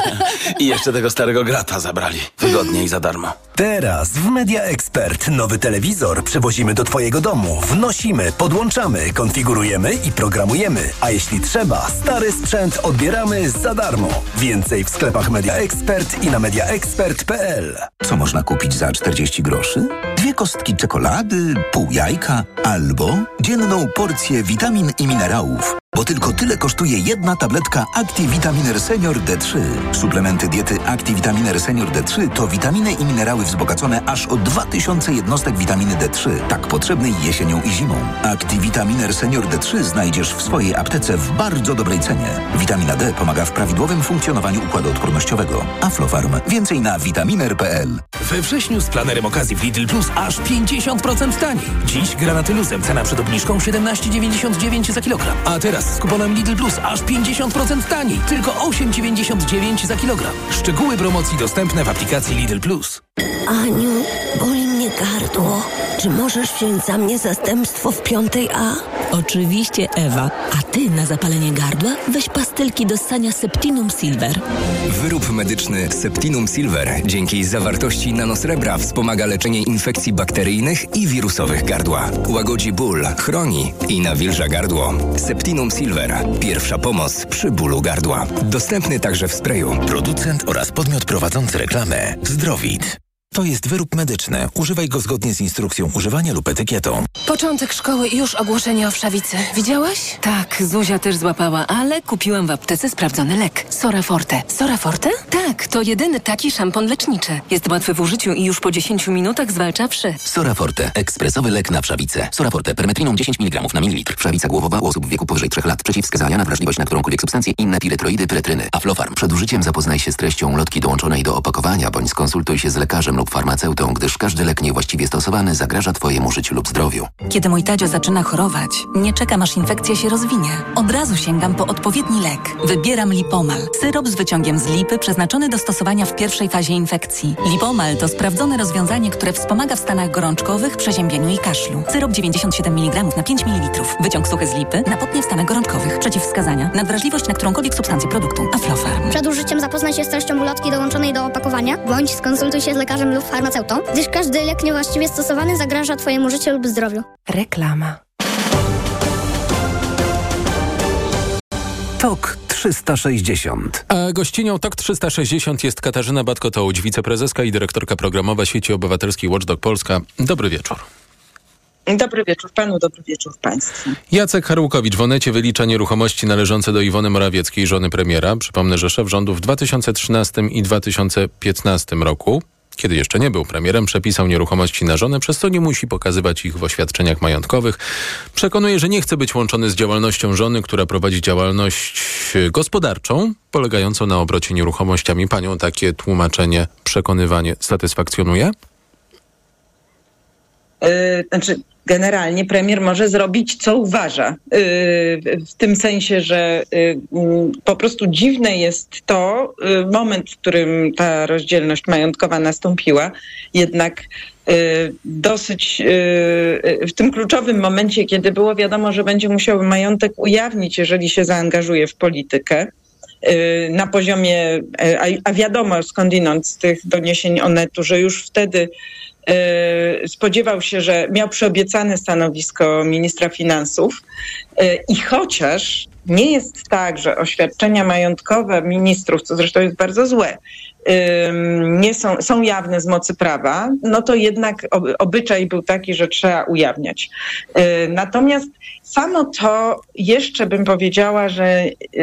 S8: I jeszcze tego starego grata zabrali. Wygodnie i za darmo.
S9: Teraz w Media Expert nowy telewizor przywozimy do twojego domu. Wnosimy, podłączamy, konfigurujemy i programujemy. A jeśli trzeba, stary sprzęt odbieramy za darmo. Więcej w sklepach Media Expert i na mediaexpert.pl.
S10: Co można kupić za 40 groszy? 2 kostki czekolady, pół jajka albo dzienną porcję witamin i minerałów. Bo tylko tyle kosztuje jedna tabletka ActiVitaminer Senior D3. Suplementy diety ActiVitaminer Senior D3 to witaminy i minerały wzbogacone aż o 2000 jednostek witaminy D3, tak potrzebnej jesienią i zimą. ActiVitaminer Senior D3 znajdziesz w swojej aptece w bardzo dobrej cenie. Witamina D pomaga w prawidłowym funkcjonowaniu układu odpornościowego. Aflofarm. Więcej na vitaminer.pl.
S11: We wrześniu z planerem okazji w Lidl Plus aż 50% taniej. Dziś granaty luzem, cena przed obniżką 17,99 za kilogram. A teraz z kuponem Lidl Plus aż 50% taniej. Tylko 8,99 za kilogram. Szczegóły promocji dostępne w aplikacji Lidl Plus.
S30: Aniu, boli mnie
S4: gardło. Czy możesz wziąć za mnie zastępstwo w 5A?
S12: Oczywiście, Ewa. A ty na zapalenie gardła weź pastylki do ssania Septinum Silver.
S13: Wyrób medyczny Septinum Silver dzięki zawartości nanosrebra wspomaga leczenie infekcji bakteryjnych i wirusowych gardła. Łagodzi ból, chroni i nawilża gardło. Septinum Silver. Pierwsza pomoc przy bólu gardła. Dostępny także w sprayu.
S15: Producent oraz podmiot prowadzący reklamę Zdrowit. To jest wyrób medyczny. Używaj go zgodnie z instrukcją używania lub etykietą.
S16: Początek szkoły i już ogłoszenie o wszawicy. Widziałaś?
S12: Tak, Zuzia też złapała, ale kupiłam w aptece sprawdzony lek. Sora Forte.
S16: Sora Forte?
S12: Tak, to jedyny taki szampon leczniczy. Jest łatwy w użyciu i już po 10 minutach zwalcza wszy.
S15: Sora Forte. Ekspresowy lek na wszawicę. Sora Forte. Permetriną 10 mg na mililitr. Wszawica głowowa u osób w wieku powyżej 3 lat. Przeciwwskazania na wrażliwość na którąkolwiek substancję. Inne piretroidy, pyretryny. Aflofarm. Przed użyciem zapoznaj się z treścią lotki dołączonej do opakowania, bądź skonsultuj się z lekarzem lub farmaceutą, gdyż każdy lek niewłaściwie stosowany zagraża Twojemu życiu lub zdrowiu.
S12: Kiedy mój Tadzio zaczyna chorować, nie czekam aż infekcja się rozwinie. Od razu sięgam po odpowiedni lek. Wybieram Lipomal. Syrop z wyciągiem z lipy przeznaczony do stosowania w pierwszej fazie infekcji. Lipomal to sprawdzone rozwiązanie, które wspomaga w stanach gorączkowych, przeziębieniu i kaszlu. Syrop 97 mg na 5 ml. Wyciąg suchy z lipy na potnie w stanach gorączkowych. Przeciwwskazania. Nadwrażliwość na którąkolwiek substancję produktu. Aflofarm.
S18: Przed użyciem zapoznaj się z treścią ulotki dołączonej do opakowania, bądź skonsultuj się z lekarzem lub farmaceutą, gdyż każdy lek niewłaściwie stosowany zagraża Twojemu życiu lub zdrowiu.
S12: Reklama.
S14: TOK 360.
S1: A gościnią TOK 360 jest Katarzyna Batko-Tołudź, wiceprezeska i dyrektorka programowa sieci obywatelskiej Watchdog Polska. Dobry wieczór.
S19: Dobry wieczór panu, dobry wieczór państwu.
S1: Jacek Harłukowicz w Onecie wylicza nieruchomości należące do Iwony Morawieckiej, żony premiera. Przypomnę, że szef rządu w 2013 i 2015 roku, kiedy jeszcze nie był premierem, przepisał nieruchomości na żonę, przez co nie musi pokazywać ich w oświadczeniach majątkowych. Przekonuje, że nie chce być łączony z działalnością żony, która prowadzi działalność gospodarczą polegającą na obrocie nieruchomościami. Panią takie tłumaczenie, przekonywanie satysfakcjonuje?
S19: Generalnie premier może zrobić, co uważa. W tym sensie, że po prostu dziwne jest to, moment, w którym ta rozdzielność majątkowa nastąpiła, jednak dosyć w tym kluczowym momencie, kiedy było wiadomo, że będzie musiał majątek ujawnić, jeżeli się zaangażuje w politykę, na poziomie, a wiadomo skądinąd z tych doniesień Onetu, że już wtedy spodziewał się, że miał przyobiecane stanowisko ministra finansów i chociaż nie jest tak, że oświadczenia majątkowe ministrów, co zresztą jest bardzo złe, nie są jawne z mocy prawa, no to jednak obyczaj był taki, że trzeba ujawniać. Natomiast samo to jeszcze bym powiedziała, że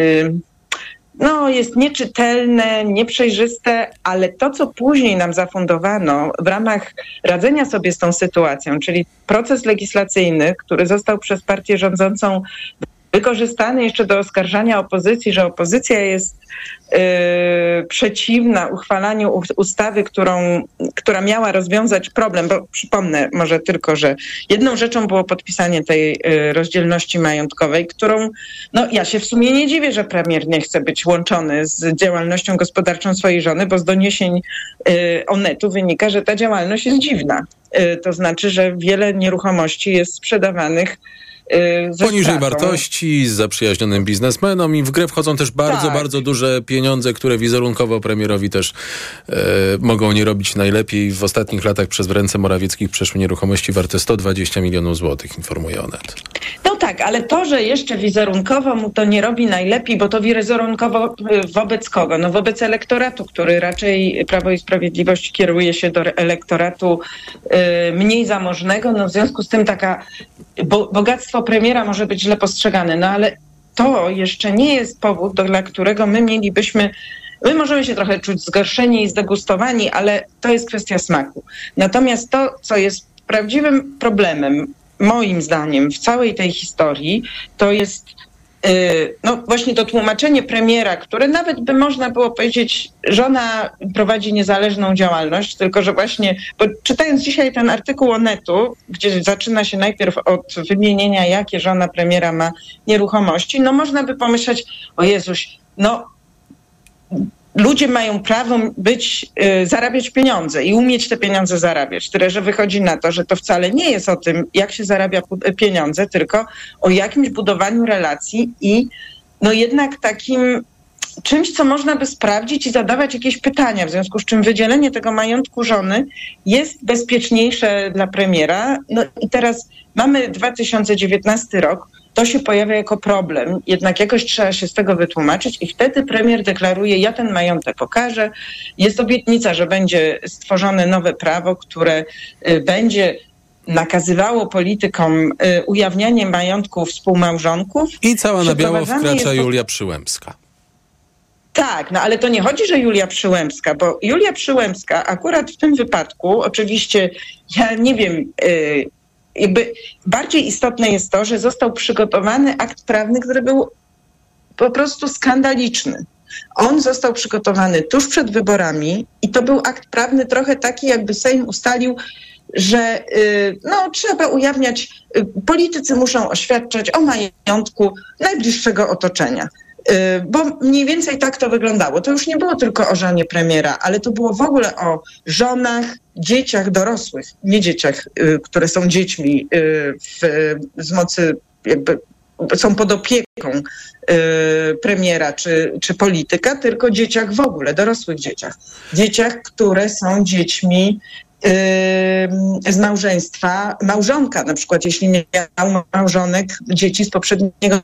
S19: jest nieczytelne, nieprzejrzyste, ale to, co później nam zafundowano w ramach radzenia sobie z tą sytuacją, czyli proces legislacyjny, który został przez partię rządzącą wykorzystany jeszcze do oskarżania opozycji, że opozycja jest przeciwna uchwalaniu ustawy, która miała rozwiązać problem, bo przypomnę może tylko, że jedną rzeczą było podpisanie tej rozdzielności majątkowej, którą ja się w sumie nie dziwię, że premier nie chce być łączony z działalnością gospodarczą swojej żony, bo z doniesień Onetu wynika, że ta działalność jest dziwna. To znaczy, że wiele nieruchomości jest sprzedawanych
S1: poniżej wartości, z zaprzyjaźnionym biznesmenom i w grę wchodzą też bardzo duże pieniądze, które wizerunkowo premierowi też mogą nie robić najlepiej. W ostatnich latach przez ręce Morawieckich przeszły nieruchomości warte 120 milionów złotych, informuje Onet.
S19: No tak, ale to, że jeszcze wizerunkowo mu to nie robi najlepiej, bo to wizerunkowo wobec kogo? No wobec elektoratu, który raczej Prawo i Sprawiedliwość kieruje się do elektoratu mniej zamożnego. No w związku z tym taka bogactwo premiera może być źle postrzegane, no ale to jeszcze nie jest powód, dla którego my możemy się trochę czuć zgorszeni i zdegustowani, ale to jest kwestia smaku. Natomiast to, co jest prawdziwym problemem, moim zdaniem, w całej tej historii, to jest właśnie to tłumaczenie premiera, które nawet by można było powiedzieć, żona prowadzi niezależną działalność, tylko że właśnie, bo czytając dzisiaj ten artykuł Onetu, gdzie zaczyna się najpierw od wymienienia, jakie żona premiera ma nieruchomości, można by pomyśleć, o Jezuś, ludzie mają prawo zarabiać pieniądze i umieć te pieniądze zarabiać. Tyle, że wychodzi na to, że to wcale nie jest o tym, jak się zarabia pieniądze, tylko o jakimś budowaniu relacji i jednak takim czymś, co można by sprawdzić i zadawać jakieś pytania, w związku z czym wydzielenie tego majątku żony jest bezpieczniejsze dla premiera. I teraz mamy 2019 rok, to się pojawia jako problem, jednak jakoś trzeba się z tego wytłumaczyć i wtedy premier deklaruje, ja ten majątek pokażę. Jest obietnica, że będzie stworzone nowe prawo, które będzie nakazywało politykom ujawnianie majątków współmałżonków.
S1: I cała na biało wkracza Julia Przyłębska.
S19: Tak, ale to nie chodzi, że Julia Przyłębska, bo Julia Przyłębska akurat w tym wypadku, oczywiście, ja nie wiem, bardziej istotne jest to, że został przygotowany akt prawny, który był po prostu skandaliczny. On został przygotowany tuż przed wyborami i to był akt prawny trochę taki, jakby Sejm ustalił, że trzeba ujawniać, politycy muszą oświadczać o majątku najbliższego otoczenia. Bo mniej więcej tak to wyglądało. To już nie było tylko o żonie premiera, ale to było w ogóle o żonach, dzieciach dorosłych, nie dzieciach, które są dziećmi z mocy jakby są pod opieką premiera czy polityka, tylko dzieciach w ogóle, dorosłych dzieciach. Dzieciach, które są dziećmi z małżeństwa, małżonka na przykład, jeśli miał małżonek dzieci z poprzedniego.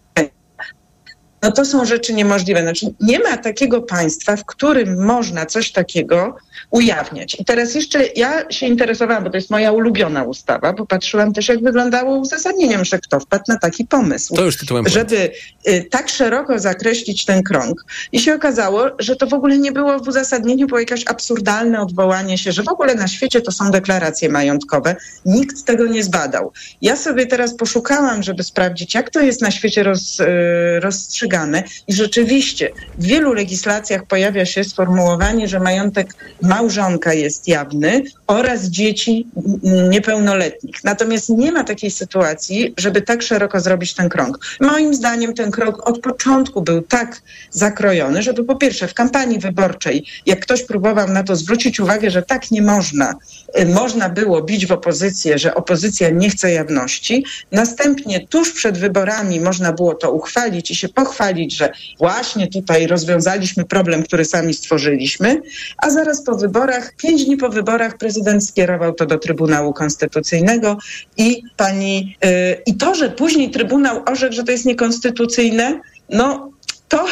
S19: To są rzeczy niemożliwe. Znaczy, nie ma takiego państwa, w którym można coś takiego ujawniać. I teraz jeszcze ja się interesowałam, bo to jest moja ulubiona ustawa, bo patrzyłam też, jak wyglądało uzasadnienie, że kto wpadł na taki pomysł,
S1: to już
S19: żeby tak szeroko zakreślić ten krąg. I się okazało, że to w ogóle nie było w uzasadnieniu, było jakieś absurdalne odwołanie się, że w ogóle na świecie to są deklaracje majątkowe. Nikt tego nie zbadał. Ja sobie teraz poszukałam, żeby sprawdzić, jak to jest na świecie rozstrzygane. I rzeczywiście w wielu legislacjach pojawia się sformułowanie, że majątek małżonka jest jawny oraz dzieci niepełnoletnich. Natomiast nie ma takiej sytuacji, żeby tak szeroko zrobić ten krąg. Moim zdaniem ten krąg od początku był tak zakrojony, żeby po pierwsze w kampanii wyborczej, jak ktoś próbował na to zwrócić uwagę, że tak nie można, można było bić w opozycję, że opozycja nie chce jawności. Następnie tuż przed wyborami można było to uchwalić i się pochwalić, że właśnie tutaj rozwiązaliśmy problem, który sami stworzyliśmy, a zaraz po wyborach, 5 dni po wyborach prezydent skierował to do Trybunału Konstytucyjnego i to, że później Trybunał orzekł, że to jest niekonstytucyjne, to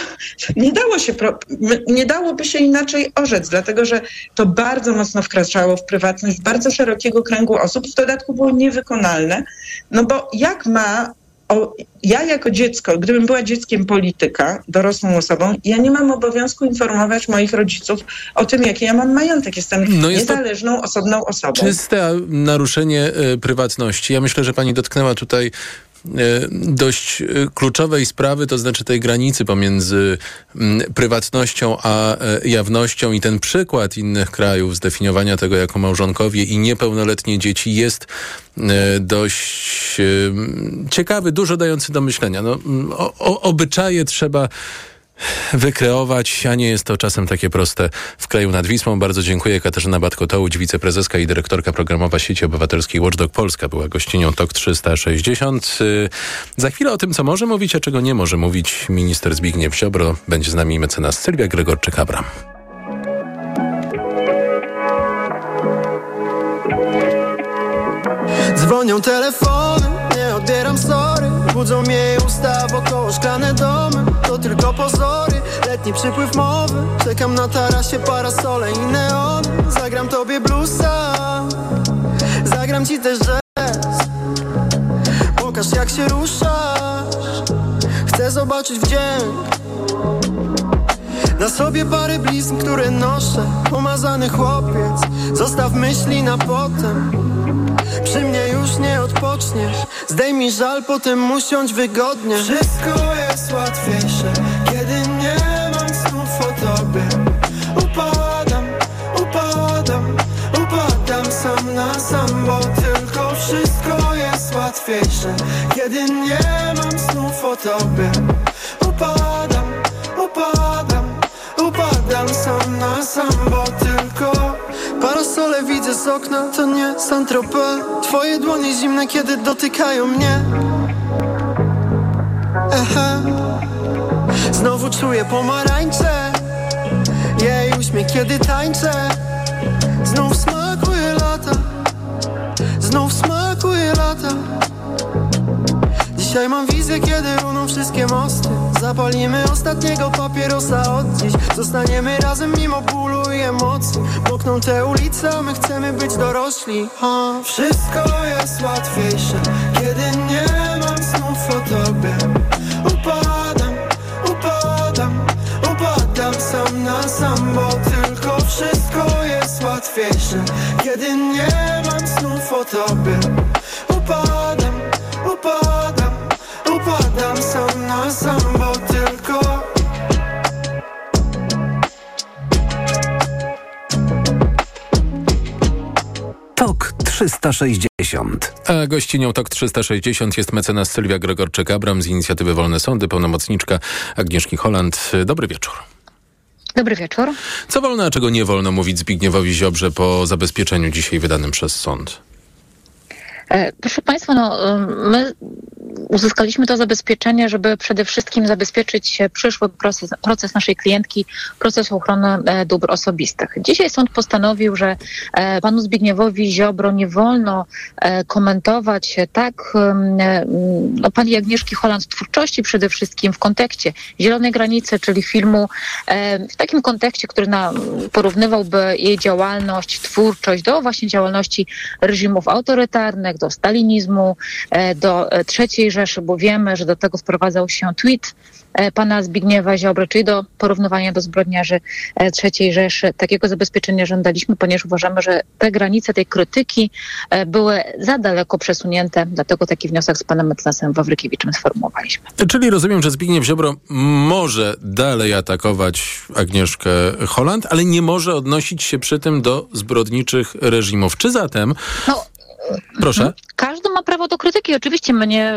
S19: nie dałoby się inaczej orzec, dlatego że to bardzo mocno wkraczało w prywatność bardzo szerokiego kręgu osób, w dodatku było niewykonalne, bo ja jako dziecko, gdybym była dzieckiem polityka, dorosłą osobą, ja nie mam obowiązku informować moich rodziców o tym, jaki ja mam majątek. Jestem niezależną, osobną osobą.
S1: Czyste naruszenie prywatności. Ja myślę, że pani dotknęła tutaj dość kluczowej sprawy, to znaczy tej granicy pomiędzy prywatnością a jawnością i ten przykład innych krajów zdefiniowania tego jako małżonkowie i niepełnoletnie dzieci jest dość ciekawy, dużo dający do myślenia. Obyczaje trzeba wykreować, a nie jest to czasem takie proste w kraju nad Wisłą. Bardzo dziękuję. Katarzyna Batko-Tołudź, wiceprezeska i dyrektorka programowa Sieci Obywatelskiej Watchdog Polska była gościnią TOK 360. Za chwilę o tym, co może mówić, a czego nie może mówić minister Zbigniew Ziobro. Będzie z nami mecenas Sylwia Gregorczyk-Abram.
S2: Dzwonią telefony, nie odbieram, sorry. Budzą mnie usta wokoło szklane domy. To tylko pozory, letni przypływ mowy. Czekam na tarasie, parasole i neony. Zagram tobie bluesa, zagram ci też jazz. Pokaż, jak się ruszasz, chcę zobaczyć wdzięk. Na sobie parę blizn, które noszę. Umazany chłopiec, zostaw myśli na potem. Przy mnie już nie odpoczniesz. Zdejmij żal, potem usiądź wygodnie. Wszystko jest łatwiejsze, kiedy nie mam snów o tobie. Upadam sam na sam, bo tylko wszystko jest łatwiejsze, kiedy nie mam snów o tobie. Upadam sam na sam, bo tylko parasole widzę z okna, to nie Saint-Tropez. Twoje dłonie zimne, kiedy dotykają mnie. Znowu czuję pomarańcze, jej uśmiech, kiedy tańczę. Znów smakuje lata, znów smakuje lata. Dzisiaj mam wizję, kiedy runą wszystkie mosty. Zapalimy ostatniego papierosa od dziś. Zostaniemy razem mimo bólu i emocji. Mokną te ulice, a my chcemy być dorośli. Wszystko jest łatwiejsze, kiedy nie mam snów o tobie. Upadam, upadam, upadam sam na sam, bo tylko wszystko jest łatwiejsze, kiedy nie mam snów o tobie. Upadam, upadam, upadam sam na sam, bo tylko
S14: TOK 360.
S1: A gościnią TOK 360 jest mecenas Sylwia Gregorczyk-Abram z inicjatywy Wolne Sądy, pełnomocniczka Agnieszki Holland. Dobry wieczór.
S3: Dobry wieczór.
S1: Co wolno, a czego nie wolno mówić Zbigniewowi Ziobrze po zabezpieczeniu dzisiaj wydanym przez sąd?
S3: Proszę Państwa, my uzyskaliśmy to zabezpieczenie, żeby przede wszystkim zabezpieczyć przyszły proces naszej klientki, proces ochrony dóbr osobistych. Dzisiaj sąd postanowił, że panu Zbigniewowi Ziobro nie wolno komentować pani Agnieszki Holland twórczości przede wszystkim w kontekście Zielonej Granicy, czyli filmu, w takim kontekście, który porównywałby jej działalność, twórczość do właśnie działalności reżimów autorytarnych, do stalinizmu, do III Rzeszy, bo wiemy, że do tego sprowadzał się tweet pana Zbigniewa Ziobry, czyli do porównywania do zbrodniarzy III Rzeszy. Takiego zabezpieczenia żądaliśmy, ponieważ uważamy, że te granice tej krytyki były za daleko przesunięte, dlatego taki wniosek z panem mecenasem Wawrykiewiczem sformułowaliśmy.
S1: Czyli rozumiem, że Zbigniew Ziobro może dalej atakować Agnieszkę Holland, ale nie może odnosić się przy tym do zbrodniczych reżimów. Czy zatem... Proszę.
S3: Każdy ma prawo do krytyki. Oczywiście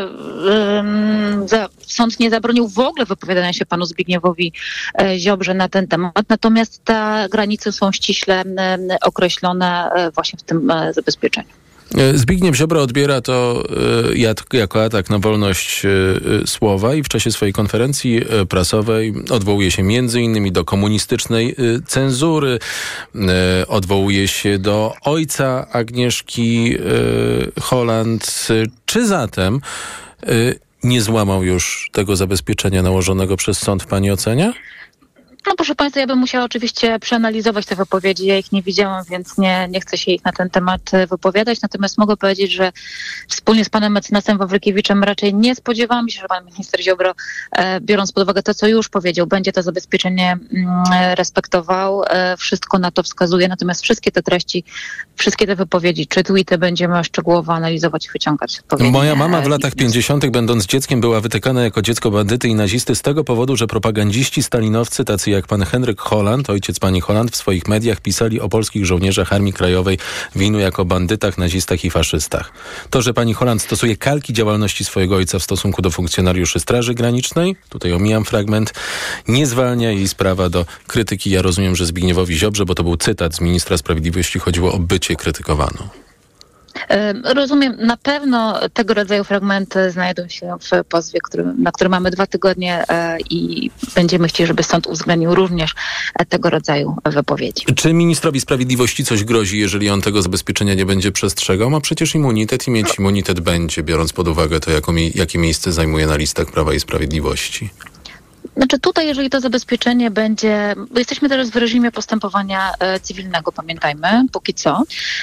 S3: sąd nie zabronił w ogóle wypowiadania się panu Zbigniewowi Ziobrze na ten temat. Natomiast te granice są ściśle określone właśnie w tym zabezpieczeniu.
S1: Zbigniew Ziobro odbiera to jako atak na wolność słowa i w czasie swojej konferencji prasowej odwołuje się m.in. do komunistycznej cenzury, odwołuje się do ojca Agnieszki Holland. Czy zatem nie złamał już tego zabezpieczenia nałożonego przez sąd w pani ocenie?
S3: No proszę Państwa, ja bym musiała oczywiście przeanalizować te wypowiedzi. Ja ich nie widziałam, więc nie chcę się ich na ten temat wypowiadać. Natomiast mogę powiedzieć, że wspólnie z panem mecenasem Wawrykiewiczem raczej nie spodziewałam się, że pan minister Ziobro, biorąc pod uwagę to, co już powiedział, będzie to zabezpieczenie respektował. Wszystko na to wskazuje. Natomiast wszystkie te treści, wszystkie te wypowiedzi, czy tweety będziemy szczegółowo analizować i wyciągać odpowiednie.
S1: Moja mama w latach 50. będąc dzieckiem była wytykana jako dziecko bandyty i nazisty z tego powodu, że propagandziści stalinowcy, tacy jak pan Henryk Holland, ojciec pani Holland, w swoich mediach pisali o polskich żołnierzach Armii Krajowej w winu jako bandytach, nazistach i faszystach. To, że pani Holland stosuje kalki działalności swojego ojca w stosunku do funkcjonariuszy Straży Granicznej, tutaj omijam fragment, nie zwalnia jej z prawa do krytyki. Ja rozumiem, że Zbigniewowi Ziobrze, bo to był cytat z ministra sprawiedliwości, chodziło o bycie krytykowaną.
S3: Rozumiem, na pewno tego rodzaju fragmenty znajdą się w pozwie, na który mamy 2 tygodnie i będziemy chcieli, żeby sąd uwzględnił również tego rodzaju wypowiedzi.
S1: Czy ministrowi sprawiedliwości coś grozi, jeżeli on tego zabezpieczenia nie będzie przestrzegał? Ma przecież immunitet i mieć immunitet będzie, biorąc pod uwagę to, jakie miejsce zajmuje na listach Prawa i Sprawiedliwości.
S3: Znaczy tutaj, jeżeli to zabezpieczenie będzie, bo jesteśmy teraz w reżimie postępowania cywilnego, pamiętajmy, póki co.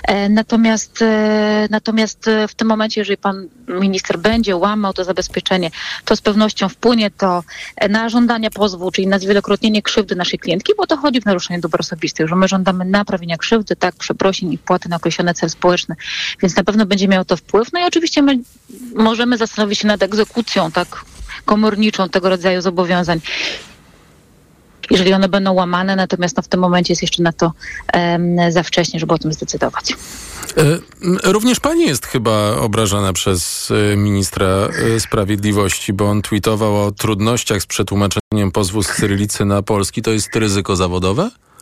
S3: Natomiast w tym momencie, jeżeli pan minister będzie łamał to zabezpieczenie, to z pewnością wpłynie to na żądania pozwu, czyli na zwielokrotnienie krzywdy naszej klientki, bo to chodzi w naruszenie dóbr osobistych, że my żądamy naprawienia krzywdy, przeprosin i wpłaty na określony cel społeczny, więc na pewno będzie miało to wpływ. No i oczywiście my możemy zastanowić się nad egzekucją, komorniczą tego rodzaju zobowiązań, jeżeli one będą łamane, natomiast w tym momencie jest jeszcze na to za wcześnie, żeby o tym zdecydować.
S1: Również pani jest chyba obrażana przez ministra sprawiedliwości, bo on tweetował o trudnościach z przetłumaczeniem pozwu z cyrylicy na polski. To jest ryzyko zawodowe?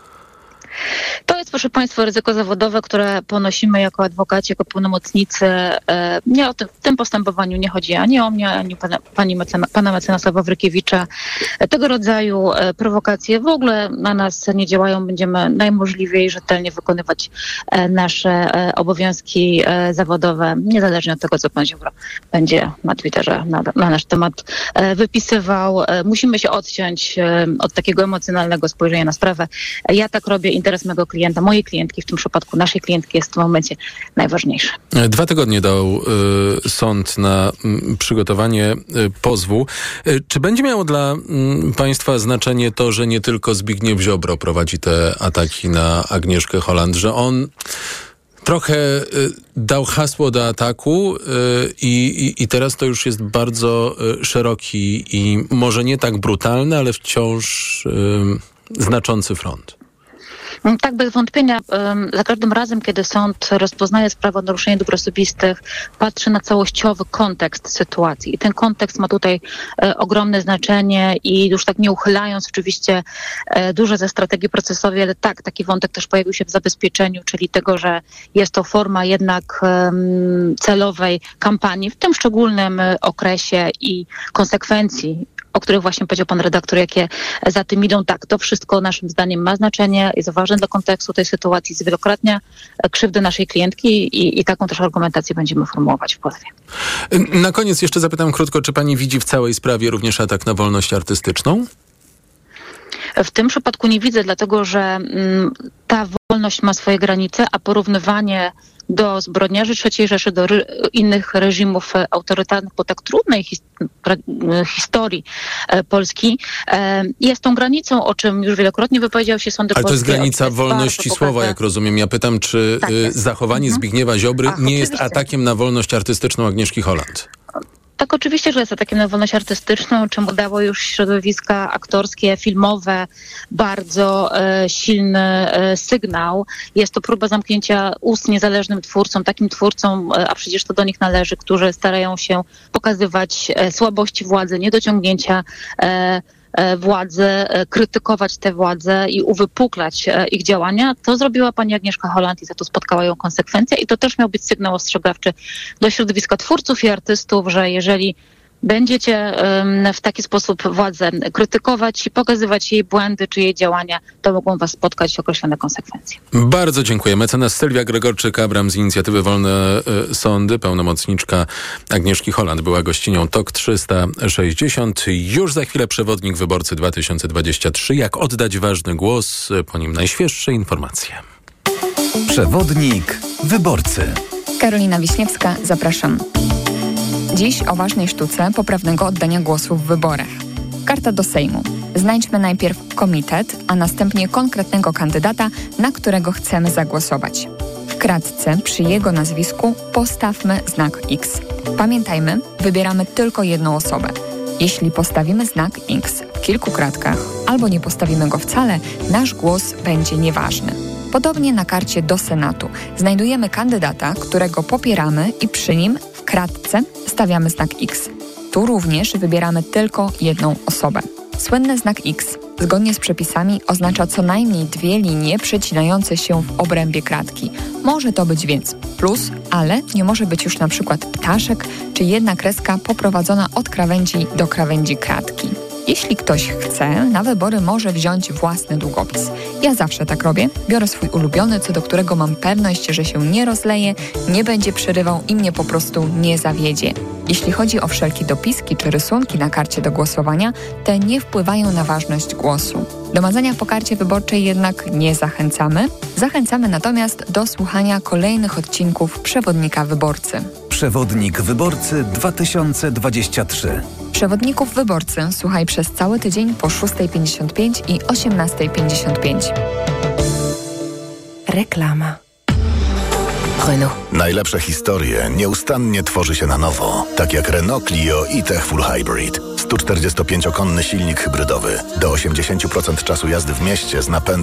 S3: To jest, proszę Państwa, ryzyko zawodowe, które ponosimy jako adwokaci, jako pełnomocnicy. W tym postępowaniu nie chodzi ani o mnie, ani pana mecenasa Wawrykiewicza. Tego rodzaju prowokacje w ogóle na nas nie działają. Będziemy najmożliwiej rzetelnie wykonywać nasze obowiązki zawodowe, niezależnie od tego, co pan Ziobro będzie na Twitterze na nasz temat wypisywał. Musimy się odciąć od takiego emocjonalnego spojrzenia na sprawę. Ja tak robię, interes mego klienta, mojej klientki, w tym przypadku naszej klientki, jest w tym momencie najważniejszy. 2
S1: tygodnie dał sąd na przygotowanie pozwu. Czy będzie miało dla państwa znaczenie to, że nie tylko Zbigniew Ziobro prowadzi te ataki na Agnieszkę Holland, że on trochę dał hasło do ataku i teraz to już jest bardzo szeroki i może nie tak brutalny, ale wciąż znaczący front?
S3: Tak, bez wątpienia. Za każdym razem, kiedy sąd rozpoznaje sprawę o naruszeniu dóbr osobistych, patrzy na całościowy kontekst sytuacji. I ten kontekst ma tutaj ogromne znaczenie i już tak nie uchylając oczywiście dużo ze strategii procesowej, ale tak, taki wątek też pojawił się w zabezpieczeniu, czyli tego, że jest to forma jednak celowej kampanii w tym szczególnym okresie i konsekwencji, o których właśnie powiedział pan redaktor, jakie za tym idą. Tak, to wszystko naszym zdaniem ma znaczenie, jest ważne dla kontekstu tej sytuacji, zwielokrotnia krzywdy naszej klientki i taką też argumentację będziemy formułować w pozwie.
S1: Na koniec jeszcze zapytam krótko, czy pani widzi w całej sprawie również atak na wolność artystyczną?
S3: W tym przypadku nie widzę, dlatego że ta wolność ma swoje granice, a porównywanie do zbrodniarzy III Rzeszy, do innych reżimów autorytarnych po tak trudnej historii Polski jest tą granicą, o czym już wielokrotnie wypowiedział się sądy polskie.
S1: Ale to jest granica wolności słowa, jak rozumiem. Ja pytam, czy zachowanie Zbigniewa Ziobry nie jest atakiem na wolność artystyczną Agnieszki Holland?
S3: Tak, oczywiście, że jest atakiem na wolność artystyczną, czym dało już środowiska aktorskie, filmowe bardzo silny sygnał. Jest to próba zamknięcia ust niezależnym twórcom, takim twórcom, a przecież to do nich należy, którzy starają się pokazywać słabości władzy, niedociągnięcia władzy, krytykować tę władzę i uwypuklać ich działania. To zrobiła pani Agnieszka Holland i za to spotkała ją konsekwencje i to też miał być sygnał ostrzegawczy do środowiska twórców i artystów, że jeżeli będziecie w taki sposób władzę krytykować i pokazywać jej błędy czy jej działania, to mogą was spotkać określone konsekwencje.
S1: Bardzo dziękuję. Mecenas Sylwia Gregorczyk-Abram z inicjatywy Wolne Sądy, pełnomocniczka Agnieszki Holland, była gościnią TOK 360. Już za chwilę przewodnik Wyborcy 2023. Jak oddać ważny głos, po nim najświeższe informacje.
S9: Przewodnik Wyborcy.
S17: Karolina Wiśniewska, zapraszam. Dziś o ważnej sztuce poprawnego oddania głosu w wyborach. Karta do Sejmu. Znajdźmy najpierw komitet, a następnie konkretnego kandydata, na którego chcemy zagłosować. W kratce przy jego nazwisku postawmy znak X. Pamiętajmy, wybieramy tylko jedną osobę. Jeśli postawimy znak X w kilku kratkach albo nie postawimy go wcale, nasz głos będzie nieważny. Podobnie na karcie do Senatu znajdujemy kandydata, którego popieramy i przy nim w kratce stawiamy znak X. Tu również wybieramy tylko jedną osobę. Słynny znak X, zgodnie z przepisami, oznacza co najmniej 2 linie przecinające się w obrębie kratki. Może to być więc plus, ale nie może być już na przykład ptaszek czy jedna kreska poprowadzona od krawędzi do krawędzi kratki. Jeśli ktoś chce, na wybory może wziąć własny długopis. Ja zawsze tak robię. Biorę swój ulubiony, co do którego mam pewność, że się nie rozleje, nie będzie przerywał i mnie po prostu nie zawiedzie. Jeśli chodzi o wszelkie dopiski czy rysunki na karcie do głosowania, te nie wpływają na ważność głosu. Do mazania po karcie wyborczej jednak nie zachęcamy. Zachęcamy natomiast do słuchania kolejnych odcinków Przewodnika Wyborcy.
S9: Przewodnik Wyborcy 2023.
S17: Przewodników Wyborcy słuchaj przez cały tydzień po 6:55 i 18:55.
S16: Reklama.
S6: Renault. Najlepsze historie nieustannie tworzy się na nowo. Tak jak Renault Clio e-Tech Full Hybrid. 145-konny silnik hybrydowy. Do 80% czasu jazdy w mieście z napędem